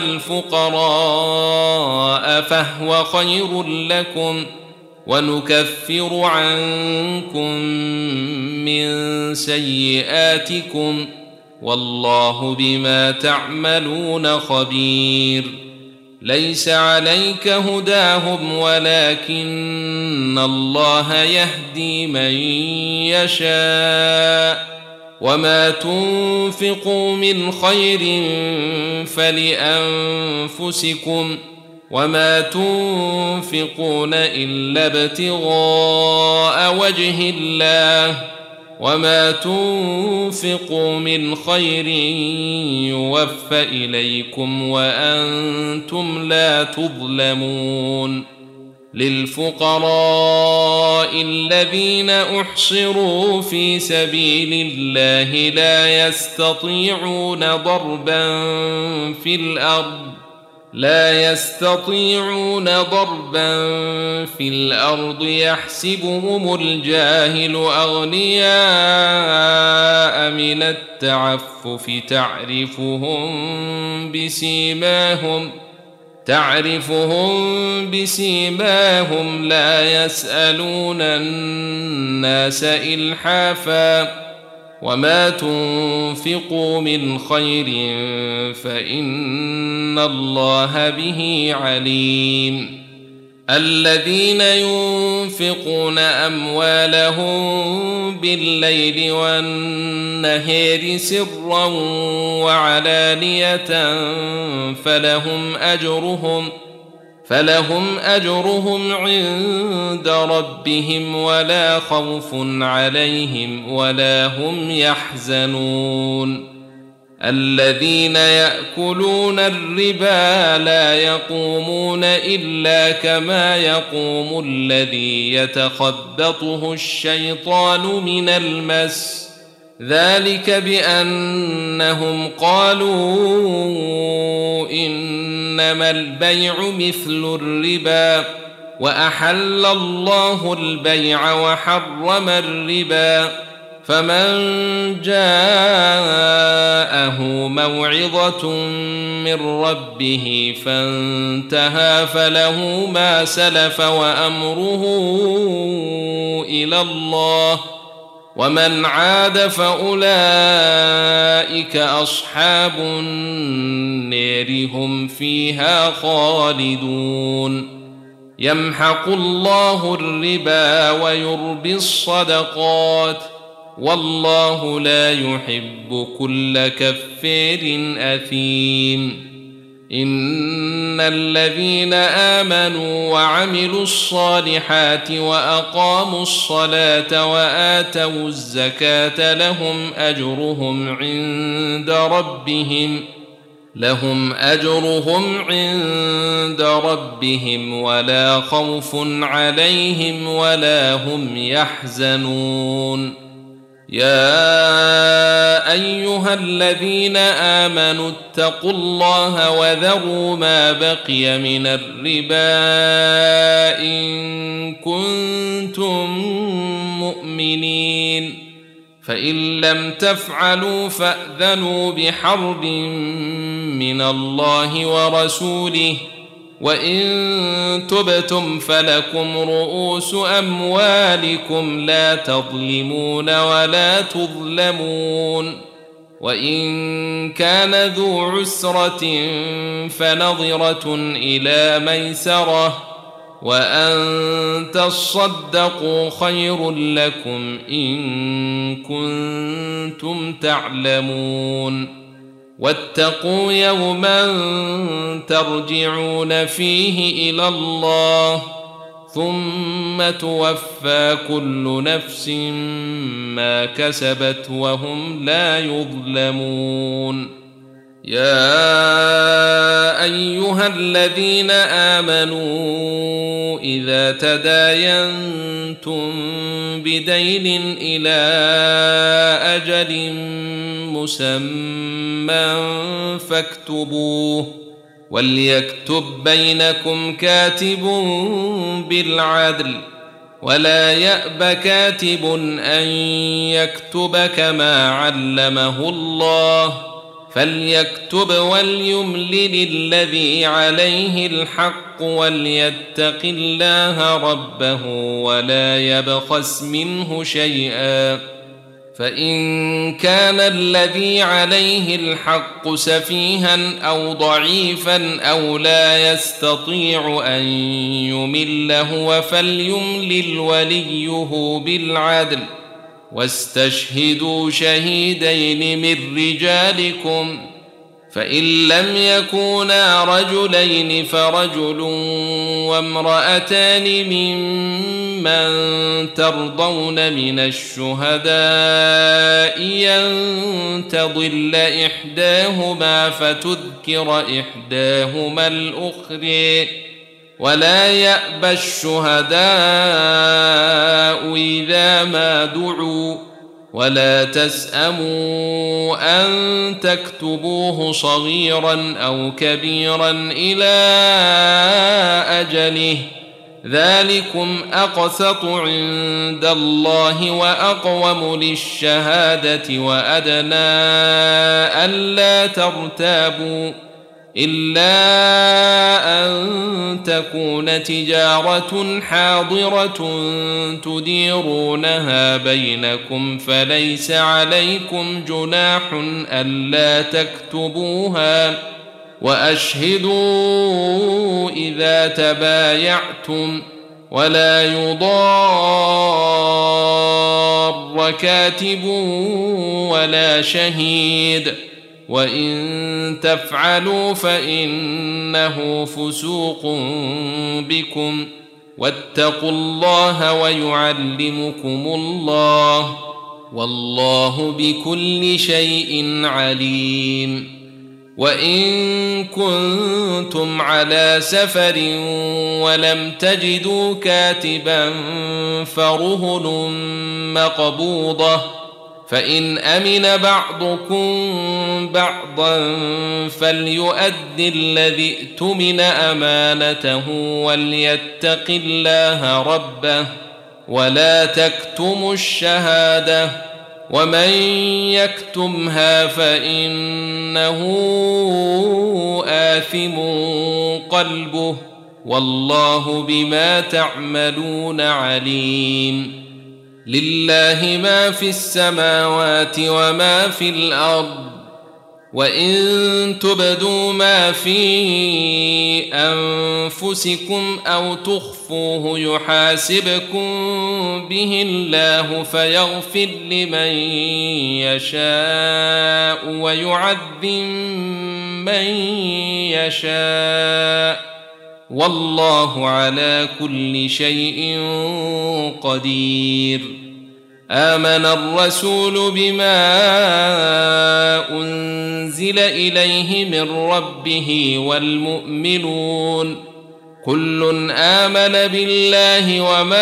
الفقراء فهو خير لكم ونكفر عنكم من سيئاتكم والله بما تعملون خبير. ليس عليك هداهم ولكن الله يهدي من يشاء وما تنفقوا من خير فلأنفسكم وما تنفقون إلا ابتغاء وجه الله وما تنفقوا من خير يوفى إليكم وأنتم لا تظلمون. للفقراء الذين أحصروا في سبيل الله لا يستطيعون ضربا في الأرض لا يستطيعون ضربا في الأرض يحسبهم الجاهل أغنياء من التعفف تعرفهم بسيماهم تعرفهم بسيماهم لا يسألون الناس إلحافا وما تنفقوا من خير فإن الله به عليم الذين ينفقون أموالهم بالليل والنهار سرا وعلانية فلهم أجرهم فلهم أجرهم عند ربهم ولا خوف عليهم ولا هم يحزنون الذين يأكلون الربا لا يقومون إلا كما يقوم الذي يتخبطه الشيطان من المس ذلك بأنهم قالوا إنما البيع مثل الربا وأحل الله البيع وحرم الربا فمن جاءه موعظة من ربه فانتهى فله ما سلف وأمره إلى الله ومن عاد فأولئك أصحاب النار هم فيها خالدون يمحق الله الربا ويربي الصدقات والله لا يحب كل كفار أثيم إن الذين آمنوا وعملوا الصالحات وأقاموا الصلاة وآتوا الزكاة لهم أجرهم عند ربهم لهم أجرهم عند ربهم ولا خوف عليهم ولا هم يحزنون يا أيها الذين آمنوا اتقوا الله وذروا ما بقي من الربا إن كنتم مؤمنين فإن لم تفعلوا فأذنوا بحرب من الله ورسوله وإن تبتم فلكم رؤوس أموالكم لا تظلمون ولا تظلمون وإن كان ذو عسرة فنظرة إلى ميسرة وأن تصدقوا خير لكم إن كنتم تعلمون واتقوا يوما ترجعون فيه إلى الله ثم توفى كل نفس ما كسبت وهم لا يظلمون يا أيها الذين آمنوا إذا تداينتم بدين إلى أجل مسمى فاكتبوه وليكتب بينكم كاتب بالعدل ولا يأب كاتب أن يكتب كما علمه الله فليكتب وليملل الذي عليه الحق وليتق الله ربه ولا يبخس منه شيئا فإن كان الذي عليه الحق سفيها أو ضعيفا أو لا يستطيع أن يمل هو فليملل وليه بالعدل واستشهدوا شهيدين من رجالكم فإن لم يكونا رجلين فرجل وامرأتان ممن ترضون من الشهداء أن تضل إحداهما فتذكر إحداهما الأخرى ولا يأبى الشهداء إذا ما دعوا ولا تسأموا أن تكتبوه صغيرا أو كبيرا إلى أجله ذلكم أقسط عند الله وأقوم للشهادة وأدنى ألا ترتابوا إلا أن تكون تجارة حاضرة تديرونها بينكم فليس عليكم جناح ألا تكتبوها، وأشهدوا إذا تبايعتم، ولا يضار كاتب ولا شهيد، وإن تفعلوا فإنه فسوق بكم، واتقوا الله ويعلمكم الله، والله بكل شيء عليم. وإن كنتم على سفر ولم تجدوا كاتبا فرهن مقبوضة، فإن أمن بعضكم بعضا فليؤد الذي اؤتمن أمانته وليتق الله ربه، ولا تكتموا الشهادة، ومن يكتمها فإنه آثم قلبه، والله بما تعملون عليم. لله ما في السماوات وما في الأرض، وإن تبدوا ما في أنفسكم أو تخفوه يحاسبكم به الله فيغفر لمن يشاء ويعذب من يشاء، والله على كل شيء قدير. آمن الرسول بما أنزل إليه من ربه والمؤمنون كل آمن بالله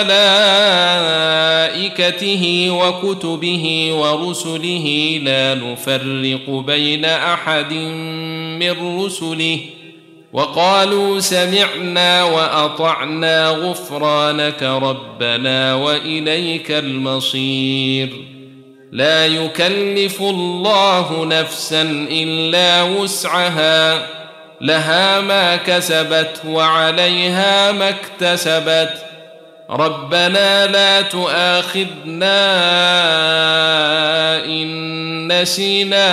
وملائكته وكتبه ورسله لا نفرق بين أحد من رسله، وقالوا سمعنا وأطعنا غفرانك ربنا وإليك المصير. لا يكلف الله نفسا إلا وسعها، لها ما كسبت وعليها ما اكتسبت، ربنا لا تؤاخذنا إن نسينا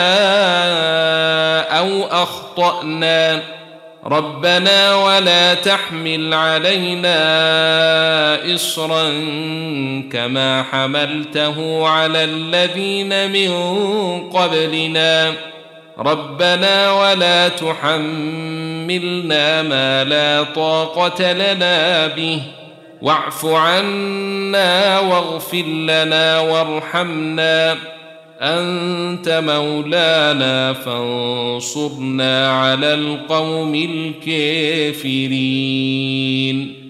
أو أخطأنا، ربنا ولا تحمل علينا إصرا كما حملته على الذين من قبلنا، ربنا ولا تحملنا ما لا طاقة لنا به، واعف عنا واغفر لنا وارحمنا، أنت مولانا فانصرنا على القوم الكافرين.